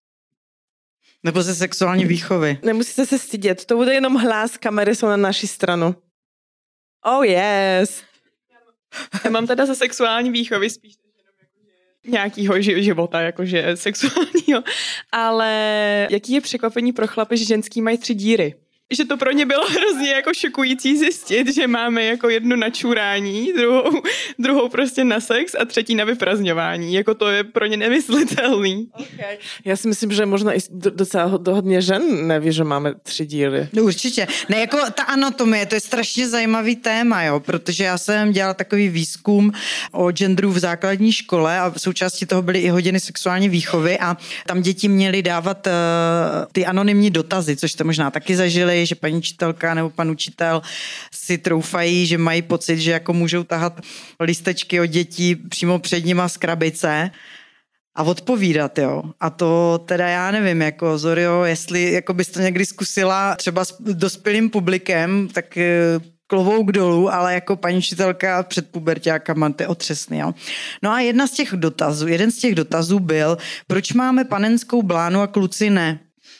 Nebo ze sexuální výchovy? Nemusíte se stydět, to bude jenom hlas, kamery jsou na naší stranu. Oh yes! Já mám teda ze sexuální výchovy spíš nějakýho života, jakože sexuálního, ale jaký je překvapení pro chlapy, že ženský mají tři díry. Že to pro ně bylo hrozně jako šokující zjistit, že máme jako jednu na čurání, druhou, druhou prostě na sex a třetí na vyprazňování. Jako to je pro ně nemyslitelný. Okay. Já si myslím, že možná i docela hodně žen neví, že máme tři díly. No určitě. Ne, jako ta anatomie, to je strašně zajímavý téma, jo, protože já jsem dělala takový výzkum o genderu v základní škole a v součástí toho byly i hodiny sexuální výchovy a tam děti měly dávat uh, ty anonymní dotazy, což jste možná taky zažili, že paní učitelka nebo pan učitel si troufají, že mají pocit, že jako můžou tahat listečky od dětí přímo před nima z krabice a odpovídat, jo. A to teda já nevím, jako Zorio, jestli jako bys to někdy zkusila třeba s dospělým publikem, tak klobouk dolů, ale jako paní učitelka před puberťákama, to je otřesný, jo. No a jedna z těch dotazů, jeden z těch dotazů byl, proč máme panenskou blánu a kluci ne?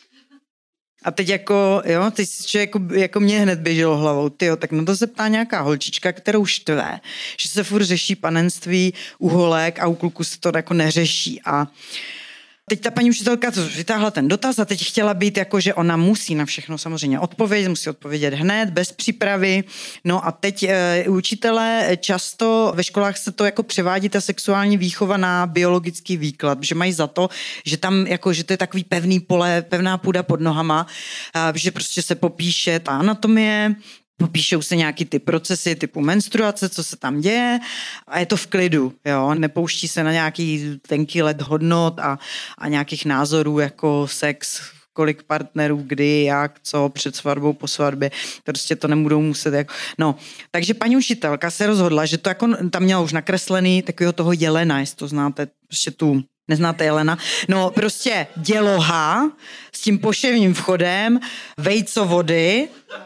A teď jako, jo, teď si člověk, jako, jako mě hned běželo hlavou, tyjo, tak na to se ptá nějaká holčička, kterou štve, že se furt řeší panenství u holek a u kluku se to jako neřeší. A teď ta paní učitelka to vytáhla ten dotaz a teď chtěla být jako, že ona musí na všechno samozřejmě odpovědět, musí odpovědět hned, bez přípravy. No a teď e, učitelé často ve školách se to jako převádí ta sexuální výchova na biologický výklad, že mají za to, že tam jako, že to je takový pevný pole, pevná půda pod nohama, a, že prostě se popíše ta anatomie, popíšou se nějaký ty procesy typu menstruace, co se tam děje a je to v klidu, jo, nepouští se na nějaký tenký led hodnot a, a nějakých názorů jako sex, kolik partnerů, kdy, jak, co, před svatbou, po svatbě, prostě to nebudou muset, jako, no. Takže paní učitelka se rozhodla, že to jako, tam měla už nakreslený takového toho jelena, jestli to znáte, prostě tu, neznáte jelena, no prostě děloha s tím poševním vchodem, vejcovody,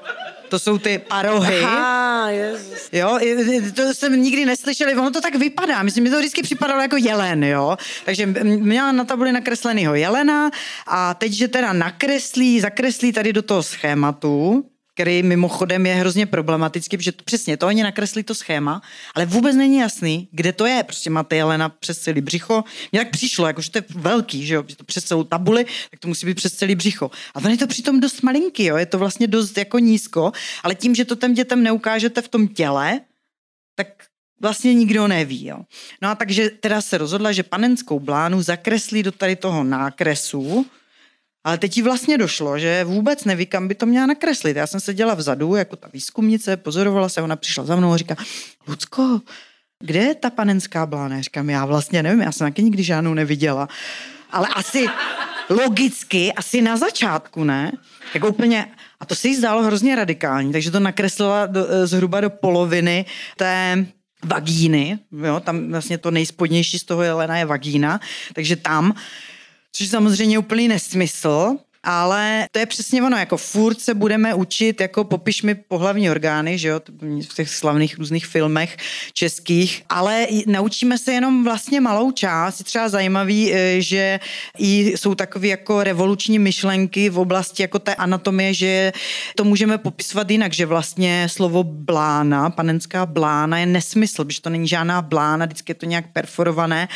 to jsou ty parohy. Aha, jezus. Jo, to jsem nikdy neslyšeli, ono to tak vypadá, myslím, mi to vždycky připadalo jako jelen, jo. Takže měla na tabuli nakreslenýho jelena a teď, že teda nakreslí, zakreslí tady do toho schématu, který mimochodem je hrozně problematický, protože to, přesně to oni nakreslí to schéma, ale vůbec není jasný, kde to je. Prostě máte jelena přes celý břicho. Mně tak přišlo, jakože to je velký, že jo, to přes celou tabuli, tak to musí být přes celý břicho. A on je to přitom dost malinký, jo, je to vlastně dost jako nízko, ale tím, že to těm dětem neukážete v tom těle, tak vlastně nikdo neví, jo. No a takže teda se rozhodla, že panenskou blánu zakreslí do tady toho nákresu. Ale teď jí vlastně došlo, že vůbec neví, kam by to měla nakreslit. Já jsem seděla vzadu, jako ta výzkumnice, pozorovala se, ona přišla za mnou a říká, Lucko, kde je ta panenská blána? Já říkám, já vlastně nevím, já jsem taky nikdy žádnou neviděla. Ale asi logicky, asi na začátku, ne? Jako úplně, a to se jí zdálo hrozně radikální, takže to nakreslila do, zhruba do poloviny té vagíny, jo? Tam vlastně to nejspodnější z toho jelena je vagína, takže tam což samozřejmě úplný nesmysl, ale to je přesně ono, jako furt se budeme učit, jako popiš mi pohlavní orgány, že jo, v těch slavných různých filmech českých, ale naučíme se jenom vlastně malou část. Je třeba zajímavý, že i jsou takové jako revoluční myšlenky v oblasti jako té anatomie, že to můžeme popisovat jinak, že vlastně slovo blána, panenská blána je nesmysl, protože to není žádná blána, vždycky je to nějak perforované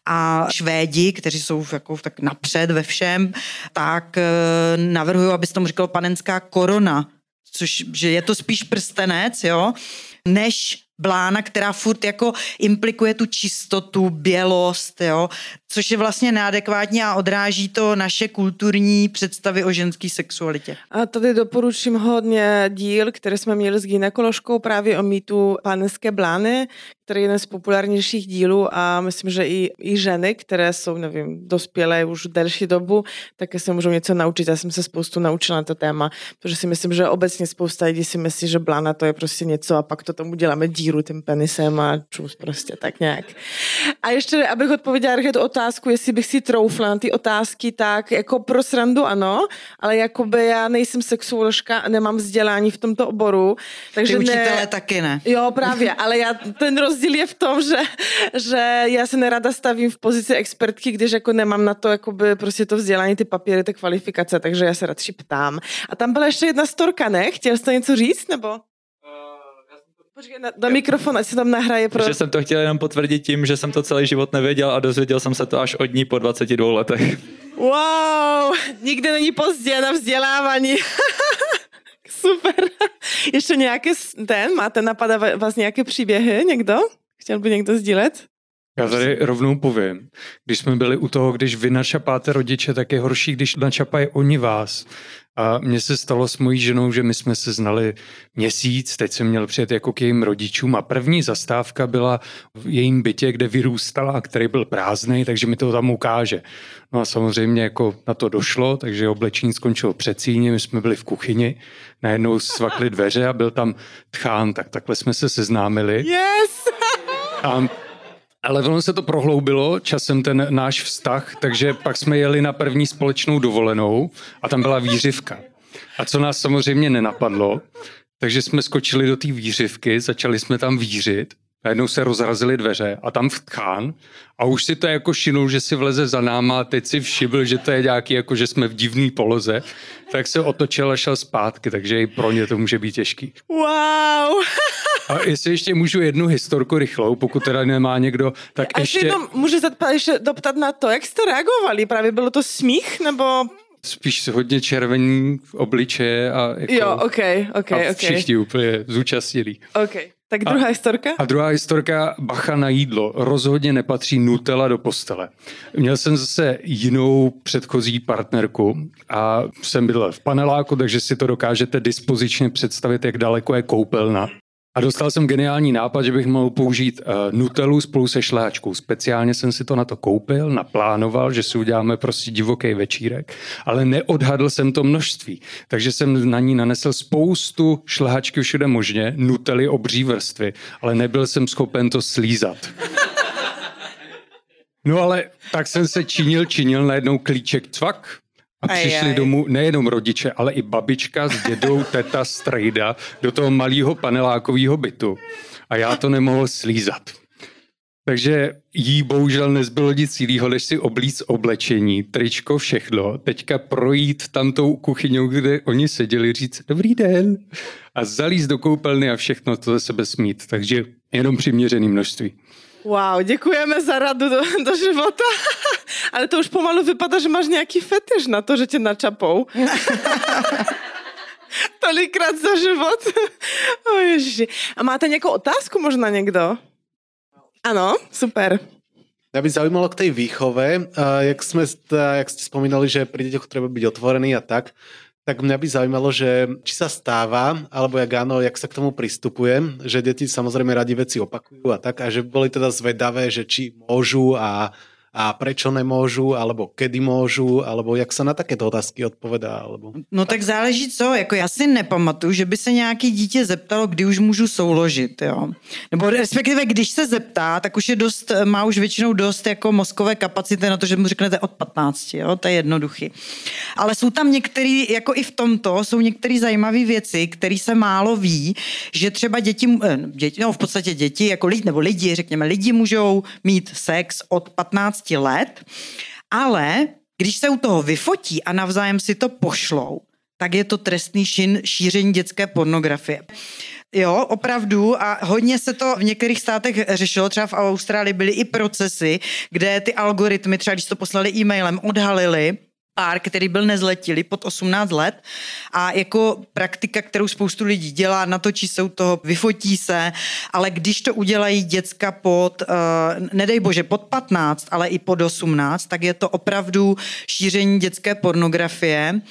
a Švédi, kteří jsou jako tak napřed ve všem, tak navrhuju, aby se tomu říkalo panenská korona, což že je to spíš prstenec, jo, než blána, která furt jako implikuje tu čistotu, bělost, jo, což je vlastně neadekvátní a odráží to naše kulturní představy o ženské sexualitě. A tady doporučím hodně díl, které jsme měli s gynekoložkou právě o mýtu panenské blány, který je jeden z populárnějších dílů a myslím, že i, i ženy, které jsou, nevím, dospělé už delší dobu, také se můžou něco naučit. Já jsem se spoustu naučila na to téma, protože si myslím, že obecně spousta lidí si myslí, že blána to je prostě něco a pak to tomu děláme díru tím penisem a čus prostě tak nějak. A ještě, abych odpověděla tu otázku, jestli bych si troufla na ty otázky, tak jako pro srandu ano, ale jakoby já nejsem sexuoložka a nemám vzdělání v tomto oboru. Takže ty učitelé ne... taky ne. Jo, právě, ale já ten rozdíl je v tom, že, že já se nerada stavím v pozici expertky, když jako nemám na to jakoby prostě to vzdělání, ty papíry, ty kvalifikace, takže já se radši ptám. A tam byla ještě jedna storka, ne? Chtěl jsi to něco říct, nebo? Počkej, na, na mikrofon, ať se tam nahraje. Pro... Protože jsem to chtěl jenom potvrdit tím, že jsem to celý život nevěděl a dozvěděl jsem se to až od ní po dvaceti dvou letech. Wow, nikdy není pozdě na vzdělávání. Super. Ještě nějaké, ten, máte napadá vás nějaké příběhy, někdo? Chtěl by někdo sdílet? Já tady rovnou povím, když jsme byli u toho, když vy načapáte rodiče, tak je horší, když načapají oni vás. A mně se stalo s mojí ženou, že my jsme se znali měsíc, teď jsem měl přijet jako k jejím rodičům a první zastávka byla v jejím bytě, kde vyrůstala, který byl prázdnej, takže mi to tam ukáže. No a samozřejmě jako na to došlo, takže oblečení skončilo před síní, my jsme byli v kuchyni, najednou svakly dveře a byl tam tchán, tak takhle jsme se seznámili. Yes! A ale ono se to prohloubilo časem ten náš vztah, takže pak jsme jeli na první společnou dovolenou a tam byla výřivka. A co nás samozřejmě nenapadlo, takže jsme skočili do té výřivky, začali jsme tam vířit, najednou se rozrazily dveře a tam tchán a už si to jako šinul, že si vleze za náma a teď si všiml, že to je nějaký, jako že jsme v divný poloze, tak se otočil a šel zpátky, takže i pro ně to může být těžký. Wow! A jestli ještě můžu jednu historku rychlou, pokud teda nemá někdo, tak a ještě... jenom můžu ještě doptat na to, jak jste reagovali? Právě bylo to smích, nebo... Spíš hodně červený obličeje a jako... Jo, ok, ok, a ok. všichni úplně zúčastnělí. Ok. Tak druhá a, historka? A druhá historka, bacha na jídlo. Rozhodně nepatří Nutella do postele. Měl jsem zase jinou předchozí partnerku a jsem bydlel v paneláku, takže si to dokážete dispozičně představit, jak daleko je koupelna. A dostal jsem geniální nápad, že bych mohl použít uh, Nutellu spolu se šlehačkou. Speciálně jsem si to na to koupil, naplánoval, že si uděláme prostě divoký večírek, ale neodhadl jsem to množství. Takže jsem na ní nanesl spoustu šlehačky všude možně, Nutelly obří vrstvy, ale nebyl jsem schopen to slízat. No ale tak jsem se činil, činil, najednou klíček cvak. A přišli Ajaj. domů nejenom rodiče, ale i babička s dědou, teta, strejda do toho malého panelákového bytu. A já to nemohl slízat. Takže jí bohužel nezbylo nic jiného, než si oblíct oblečení, tričko, všechno. Teďka projít tam tou kuchyňou, kde oni seděli, říct dobrý den a zalízt do koupelny a všechno to ze sebe smít. Takže jenom přiměřený množství. Wow, děkujeme za radu do, do života. Ale to už pomalu vypadá, že máš nějaký fetiš na to, že tě načapou. Tolikrát za život. O Ježiši. A máte nějakou otázku možná někdo? Ano, super. Mňa by zaujímalo k tej výchove, jak, sme, jak ste spomínali, že pri deťoch treba byť otvorený a tak, tak mňa by zaujímalo, že či sa stáva, alebo jak áno, jak sa k tomu pristupuje, že deti samozrejme radi veci opakujú a tak, a že boli teda zvedavé, že či môžu a, a prečo nemôžu, alebo kedy môžu, alebo jak sa na takéto otázky odpovedá, alebo... No tak záleží co, jako já si nepamatuju, že by se nějaký dítě zeptalo, kdy už můžu souložit, jo. Nebo respektive, když se zeptá, tak už je dost, má už většinou dost jako mozkové kapacity na to, že mu řeknete od patnácti, jo, to je jednoduchý. Ale jsou tam některý, jako i v tomto, jsou některé zajímavé věci, které se málo ví, že třeba děti, děti, no v podstatě děti, jako lidi, nebo lidi, řekněme, lidi můžou mít sex od patnácti let, ale když se u toho vyfotí a navzájem si to pošlou, tak je to trestný čin šíření dětské pornografie. Jo, opravdu, a hodně se to v některých státech řešilo, třeba v Austrálii byly i procesy, kde ty algoritmy, třeba když to poslali e-mailem, odhalili pár, který byl nezletilý pod osmnáct let a jako praktika, kterou spoustu lidí dělá, natočí se u toho, vyfotí se, ale když to udělají děcka pod, uh, nedej bože, pod patnáct, ale i pod osmnáct, tak je to opravdu šíření dětské pornografie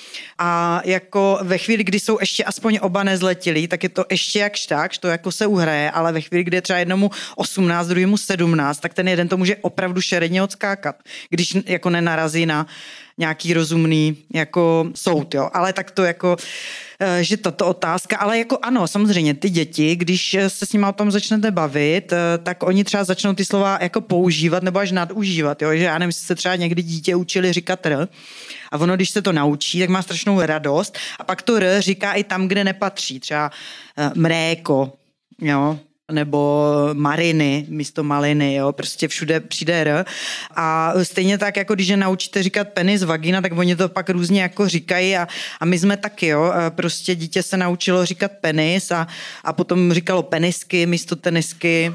a jako ve chvíli, kdy jsou ještě aspoň oba nezletilí, tak je to ještě jakž tak, to jako se uhraje, ale ve chvíli, kdy je třeba jednomu osmnáct, druhému sedmnáct, tak ten jeden to může opravdu šeredně odskákat, když jako nenarazí na nějaký rozumný jako soud, jo. Ale tak to jako, že tato otázka, ale jako ano, samozřejmě ty děti, když se s nimi o tom začnete bavit, tak oni třeba začnou ty slova jako používat nebo až nadužívat, jo. Že já nevím, jestli se třeba někdy dítě učili říkat r a ono, když se to naučí, tak má strašnou radost a pak to r říká i tam, kde nepatří, třeba mléko, jo, nebo mariny místo maliny, jo, prostě všude přijde r. A stejně tak, jako když je naučíte říkat penis, vagina, tak oni to pak různě jako říkají a, a my jsme taky, jo, prostě dítě se naučilo říkat penis a, a potom říkalo penisky místo tenisky.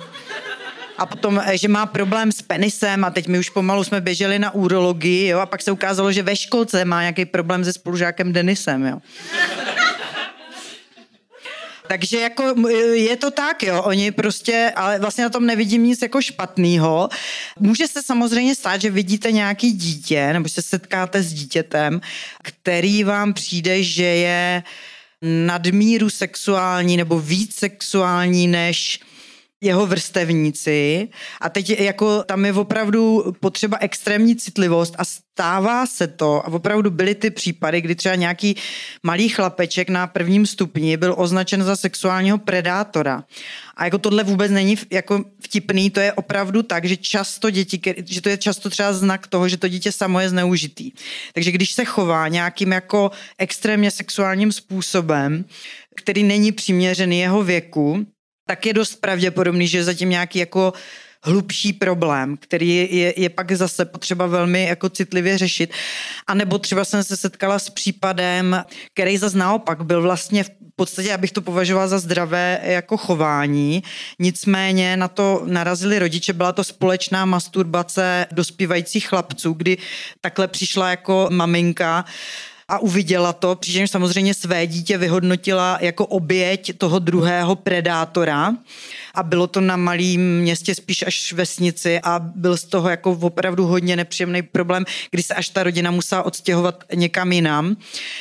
A potom, že má problém s penisem a teď my už pomalu jsme běželi na urologii, jo, a pak se ukázalo, že ve školce má nějaký problém se spolužákem Denisem, jo. Takže jako je to tak, jo, oni prostě, ale vlastně na tom nevidím nic jako špatného. Může se samozřejmě stát, že vidíte nějaký dítě, nebo se setkáte s dítětem, který vám přijde, že je nadmíru sexuální nebo víc sexuální než jeho vrstevníci a teď jako tam je opravdu potřeba extrémní citlivost a stává se to a opravdu byly ty případy, kdy třeba nějaký malý chlapeček na prvním stupni byl označen za sexuálního predátora. A jako tohle vůbec není jako vtipný, to je opravdu tak, že často děti, že to je často třeba znak toho, že to dítě samo je zneužitý. Takže když se chová nějakým jako extrémně sexuálním způsobem, který není přiměřený jeho věku, tak je dost pravděpodobný, že je zatím nějaký jako hlubší problém, který je, je, je pak zase potřeba velmi jako citlivě řešit. A nebo třeba jsem se setkala s případem, který zase naopak byl vlastně v podstatě, abych to považovala za zdravé jako chování. Nicméně na to narazili rodiče, byla to společná masturbace dospívajících chlapců, kdy takhle přišla jako maminka a uviděla to, přičemž samozřejmě své dítě vyhodnotila jako oběť toho druhého predátora a bylo to na malém městě, spíš až vesnici a byl z toho jako opravdu hodně nepříjemný problém, kdy se až ta rodina musela odstěhovat někam jinam.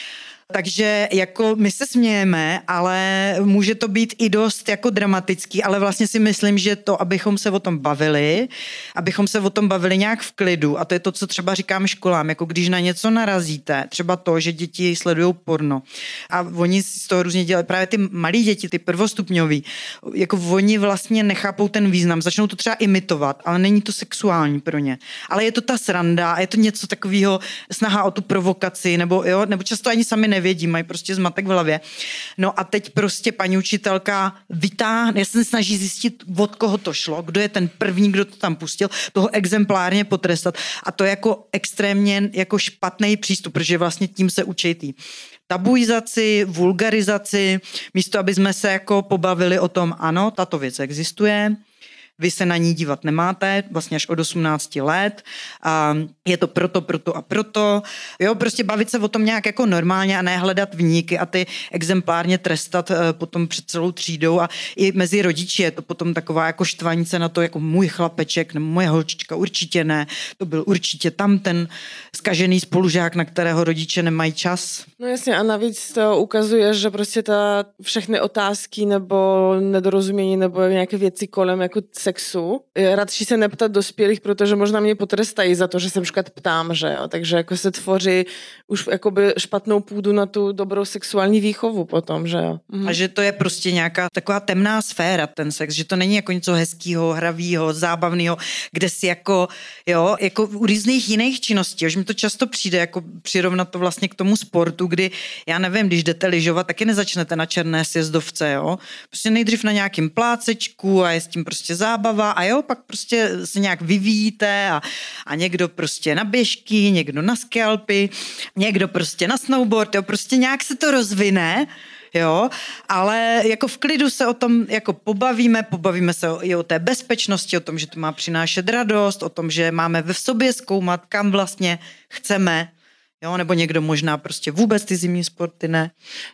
Takže jako my se smějeme, ale může to být i dost jako dramatický, ale vlastně si myslím, že to, abychom se o tom bavili, abychom se o tom bavili nějak v klidu, a to je to, co třeba říkám školám, jako když na něco narazíte, třeba to, že děti sledují porno a oni si z toho různě dělají, právě ty malí děti, ty prvostupňoví, jako oni vlastně nechápou ten význam, začnou to třeba imitovat, ale není to sexuální pro ně. Ale je to ta sranda a je to něco takového, snaha o tu provokaci, nebo jo, nebo často ani sami nevědí, mají prostě zmatek v hlavě. No a teď prostě paní učitelka vytáhne, já se snaží zjistit, od koho to šlo, kdo je ten první, kdo to tam pustil, toho exemplárně potrestat. A to je jako extrémně jako špatný přístup, protože vlastně tím se učí tabuizaci, vulgarizaci, místo aby jsme se jako pobavili o tom, ano, tato věc existuje, vy se na ní dívat nemáte, vlastně až od osmnácti let. A je to proto, proto a proto. Jo, prostě bavit se o tom nějak jako normálně a ne hledat viníky a ty exemplárně trestat potom před celou třídou. A i mezi rodiči je to potom taková jako štvanice na to, jako můj chlapeček nebo moje holčička, určitě ne. To byl určitě tam ten zkažený spolužák, na kterého rodiče nemají čas. No jasně, a navíc to ukazuje, že prostě ta všechny otázky nebo nedorozumění nebo nějaké věci kolem jako sexu. Radši se neptat dospělých, protože možná mě potrestají za to, že se například ptám, že jo. Takže jako se tvoří už jakoby špatnou půdu na tu dobrou sexuální výchovu potom, že jo. Mhm. A že to je prostě nějaká taková temná sféra, ten sex, že to není jako něco hezkýho, hravýho, zábavného, kde si jako, jo, jako u různých jiných činností, že mi to často přijde jako přirovnat to vlastně k tomu sportu, kdy, já nevím, když jdete lyžovat, taky nezačnete na černé sjezdovce, jo. Prostě nejdřív na nějakým plácečku a je s tím prostě zábava a jo, pak prostě se nějak vyvíjíte a, a někdo prostě na běžky, někdo na skalpy, někdo prostě na snowboard, jo, prostě nějak se to rozvine, jo, ale jako v klidu se o tom jako pobavíme, pobavíme se i o té bezpečnosti, o tom, že to má přinášet radost, o tom, že máme ve sobě zkoumat, kam vlastně chceme, jo, nebo někdo možná prostě vůbec ty zimní sporty ne.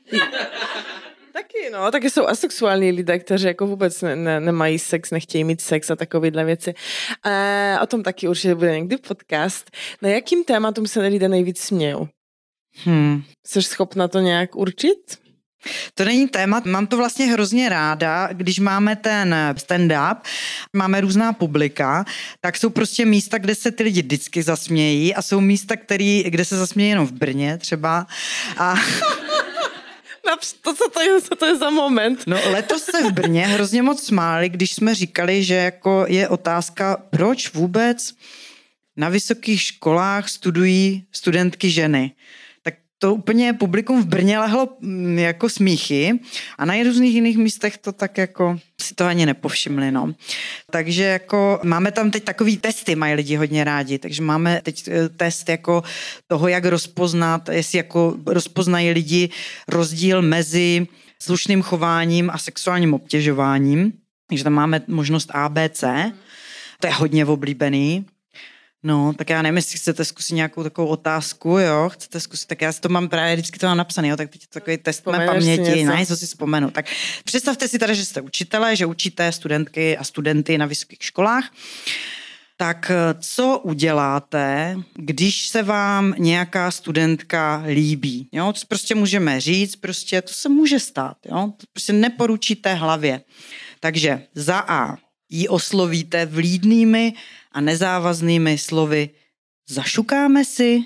Taky, no, taky jsou asexuální lidé, kteří jako vůbec ne, ne, nemají sex, nechtějí mít sex a takovýhle věci. E, o tom taky určitě bude někdy podcast. Na jakým tématům se lidé nejvíc smějou? Hmm. Jsi schopna to nějak určit? To není téma, mám to vlastně hrozně ráda, když máme ten stand-up, máme různá publika, tak jsou prostě místa, kde se ty lidi vždycky zasmějí a jsou místa, který, kde se zasmějí jenom v Brně třeba. A... To, co to je, co to je za moment? No letos se v Brně hrozně moc smáli, když jsme říkali, že jako je otázka, proč vůbec na vysokých školách studují studentky ženy. Tak to úplně publikum v Brně lehlo jako smíchy a na různých jiných místech to tak jako si to ani nepovšimli, no. Takže jako máme tam teď takový testy, mají lidi hodně rádi, takže máme teď test jako toho, jak rozpoznat, jestli jako rozpoznají lidi rozdíl mezi slušným chováním a sexuálním obtěžováním. Takže tam máme možnost A, B, C. To je hodně oblíbený. No, tak já nevím, jestli chcete zkusit nějakou takovou otázku, jo, chcete zkusit, tak já si to mám právě vždycky to mám napsané, jo, tak teď takový test mé paměti, ne, co si vzpomenu. Tak představte si tady, že jste učitelé, že učíte studentky a studenty na vysokých školách. Tak co uděláte, když se vám nějaká studentka líbí? Jo, to prostě můžeme říct, prostě to se může stát, jo, to prostě neporučíte hlavě. Takže za A ji oslovíte vlídnými a nezávaznými slovy zašukáme si?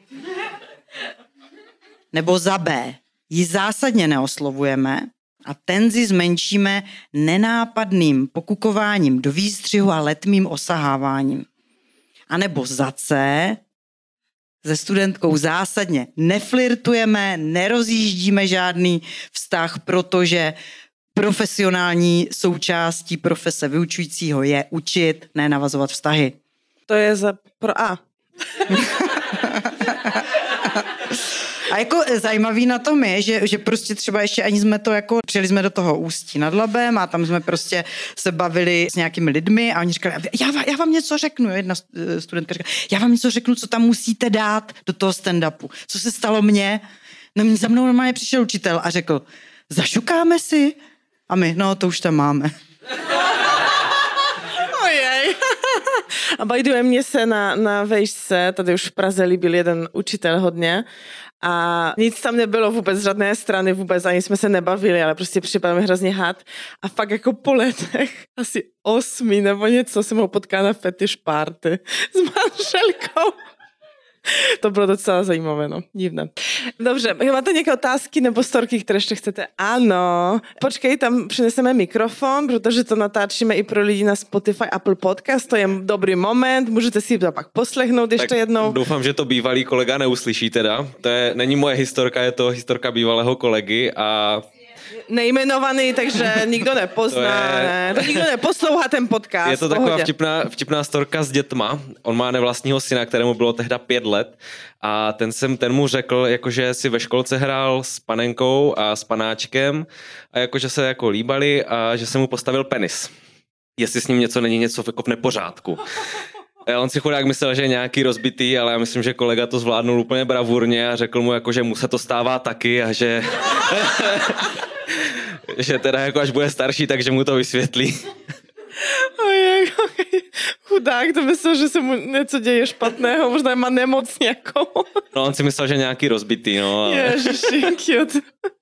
Nebo za B ji zásadně neoslovujeme a tenzi zmenšíme nenápadným pokukováním do výstřihu a letmým osaháváním. A nebo za C se studentkou zásadně neflirtujeme, nerozjíždíme žádný vztah, protože profesionální součástí profese vyučujícího je učit, ne navazovat vztahy. To je za pro A. A jako zajímavý na tom je, že, že prostě třeba ještě ani jsme to jako, přijeli jsme do toho Ústí nad Labem a tam jsme prostě se bavili s nějakými lidmi a oni říkali, já, já vám něco řeknu, jo, jedna studentka říkala, já vám něco řeknu, co tam musíte dát do toho stand-upu. Co se stalo mně? No za mnou normálně přišel učitel a řekl, zašukáme si? A my, no to už tam máme. Ojej. A by the way, mně se na, na vejšce, tady už v Praze líbil jeden učitel hodně a nic tam nebylo vůbec, z žádné strany vůbec, ani jsme se nebavili, ale prostě připadal mi hrozně had a fakt jako po letech, asi osmi nebo něco, jsem ho potkala na fetish party s manželkou. To bylo docela zajímavé, no, divné. Dobře, máte nějaké otázky nebo storky, které ještě chcete? Ano. Počkej, tam přineseme mikrofon, protože to natáčíme i pro lidi na Spotify, Apple Podcast, to je dobrý moment, můžete si to pak poslechnout ještě tak jednou. Doufám, že to bývalý kolega neuslyší teda. To je, není moje historka, je to historka bývalého kolegy a... Nejmenovaný, takže nikdo nepozná, to, je... ne? To nikdo neposlouchá ten podcast. Je to taková vtipná, vtipná storka s dětma. On má nevlastního syna, kterému bylo tehda pět let a ten, jsem, ten mu řekl, jakože si ve školce hrál s panenkou a s panáčkem a jakože se jako líbali a že se mu postavil penis. Jestli s ním něco není něco jako v nepořádku. A on si chudák myslel, že je nějaký rozbitý, ale já myslím, že kolega to zvládnul úplně bravurně a řekl mu, jako, že mu se to stává taky a že... že teda jako až bude starší, takže mu to vysvětlí. Ojej, ojej. Chudák, to myslel, že se mu něco děje špatného, možná má nemoc nějakou. No on si myslel, že nějaký rozbitý, no. Ale... Ježiši, cute.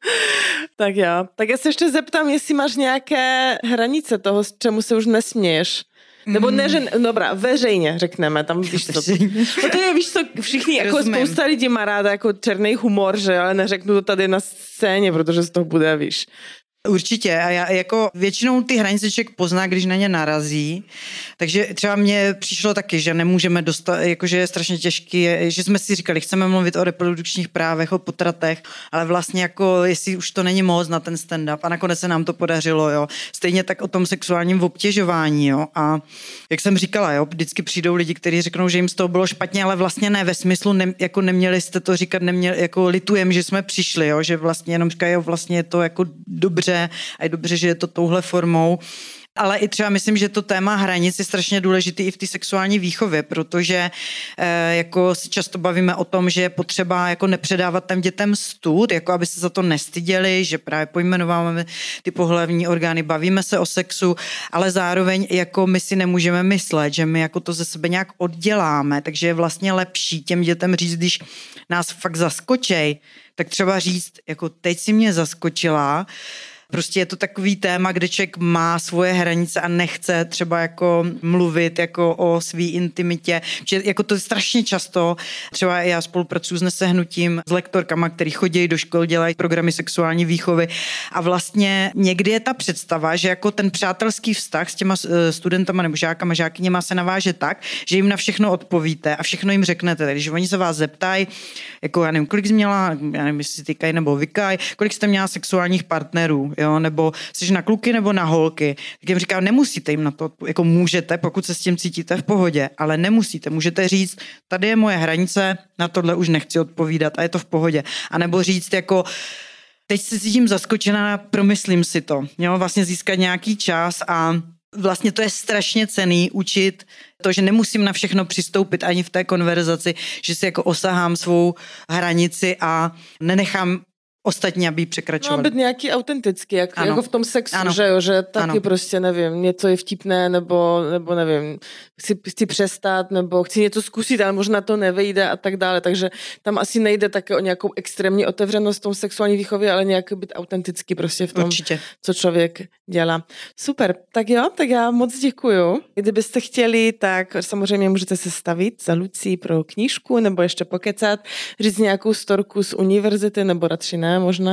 Tak jo, tak já se ještě zeptám, jestli máš nějaké hranice toho, čemu se už nesměješ. Nebo ne, že, dobrá, veřejně řekneme, tam víš co. No to je, víš co, všichni, jako Rozumím. Spousta lidí má ráda jako černý humor, že, ale neřeknu to tady na scéně, protože z toho bude, víš. Určitě a já jako většinou ty hranice člověk pozná, když na ně narazí, takže třeba mně přišlo taky, že nemůžeme dostat, jakože je strašně těžký, že jsme si říkali, chceme mluvit o reprodukčních právech, o potratech, ale vlastně jako jestli už to není moc na ten stand-up a nakonec se nám to podařilo, jo. Stejně tak o tom sexuálním obtěžování, jo, a jak jsem říkala, jo, vždycky přijdou lidi, kteří řeknou, že jim z toho bylo špatně, ale vlastně ne, ve smyslu, ne, jako neměli jste to říkat, neměli, jako litujem, že jsme přišli, jo, že vlastně jenom říkají, jo, vlastně je to jako dobře a je dobře, že je to touhle formou. Ale i třeba myslím, že to téma hranic je strašně důležitý i v té sexuální výchově, protože e, jako si často bavíme o tom, že je potřeba jako nepředávat těm dětem stud, jako aby se za to nestyděli, že právě pojmenováváme ty pohlavní orgány, bavíme se o sexu, ale zároveň jako my si nemůžeme myslet, že my jako to ze sebe nějak odděláme, takže je vlastně lepší těm dětem říct, když nás fakt zaskočej, tak třeba říct, jako teď si mě zaskočila. Prostě je to takový téma, kde člověk má svoje hranice a nechce třeba jako mluvit jako o svý intimitě. Že jako to je strašně často, třeba já spolupracuji s Nesehnutím, s lektorkama, který chodí do škol, dělají programy sexuální výchovy a vlastně někdy je ta představa, že jako ten přátelský vztah s těma studentama nebo žákama, žákyněma se naváže tak, že jim na všechno odpovíte a všechno jim řeknete. Když oni se vás zeptají, jako já nevím, kolik jsi měla, já nevím, jestli tykaj nebo vykaj, kolik jste měla sexuálních partnerů, jo, nebo jsi na kluky nebo na holky. Tak jim říkám, nemusíte jim na to, jako můžete, pokud se s tím cítíte v pohodě, ale nemusíte. Můžete říct, tady je moje hranice, na tohle už nechci odpovídat a je to v pohodě. A nebo říct jako, teď se cítím zaskočená, promyslím si to. Jo, vlastně získat nějaký čas a vlastně to je strašně cenný učit to, že nemusím na všechno přistoupit ani v té konverzaci, že si jako osahám svou hranici a nenechám ostatní, aby překračovali. No, být nějaký autentický, jak, jako v tom sexu, ano. že jo, že taky ano. prostě, nevím, něco je vtipné, nebo, nebo nevím, chci, chci přestat, nebo chci něco zkusit, ale možná to nevejde a tak dále, takže tam asi nejde také o nějakou extrémní otevřenost v tom sexuální výchově, ale nějak být autentický prostě v tom, Určitě. co člověk dělá. Super, tak jo, tak já moc děkuju. Kdybyste chtěli, tak samozřejmě můžete se stavit za Lucí pro knížku, nebo ještě pokecat, říct nějakou storku z univerzity, nebo radši ne, možná.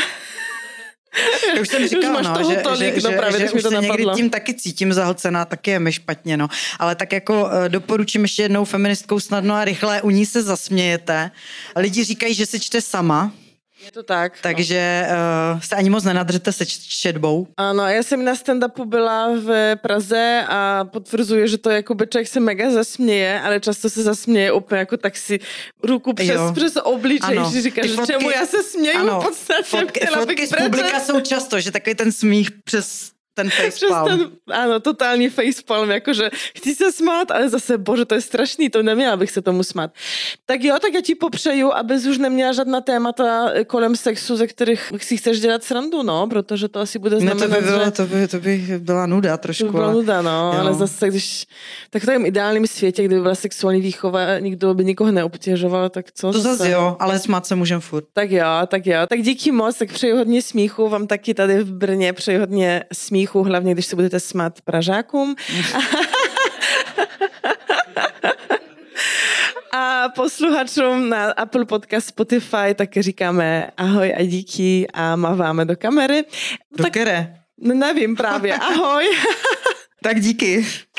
Já už jsem říkala, už no, že, tolik, že, no, právě, že, že už se někdy tím taky cítím zahlcená, taky je mi špatně, no. Ale tak jako doporučím ještě jednou feministkou Snadno a rychle, u ní se zasmějete. Lidi říkají, že se čte sama. Je to tak. Takže uh, se ani moc nenadřete se četbou. Ano, já jsem na stand-upu byla v Praze a potvrzuji, že to jakoby člověk se mega zasměje, ale často se zasměje úplně jako tak si ruku přes, přes obličej, že říkáš, že čemu já se směju ano, v podstatě. Fotky, fotky z publika jsou často, že takový ten smích přes ten facepalm. Ten, ano, totální facepalm, jakože chci se smát, ale zase, bože, to je strašný, to neměla bych se tomu smát. Tak jo, tak já ti popřeju, abys už neměla žádná témata kolem sexu, ze kterých si chceš dělat srandu, no, protože to asi bude znamenat, ne, to by bylo, že... to by, to by byla nuda trošku. To by byla nuda, no, jo. Ale zase, když... Tak v takovém ideálním světě, kdyby byla sexuální výchova, nikdo by nikoho neobtěžoval, tak co? To zase jo, ale smát se můžem furt. Tak jo, tak jo. Tak díky moc, tak přeju hodně smíchu, vám taky tady v Brně přeju hodně smíchu, hlavně když se budete smát Pražákům. A posluchačům na Apple Podcast, Spotify taky říkáme ahoj a díky a máváme do kamery. Do tak, kere? Nevím právě, ahoj. Tak díky.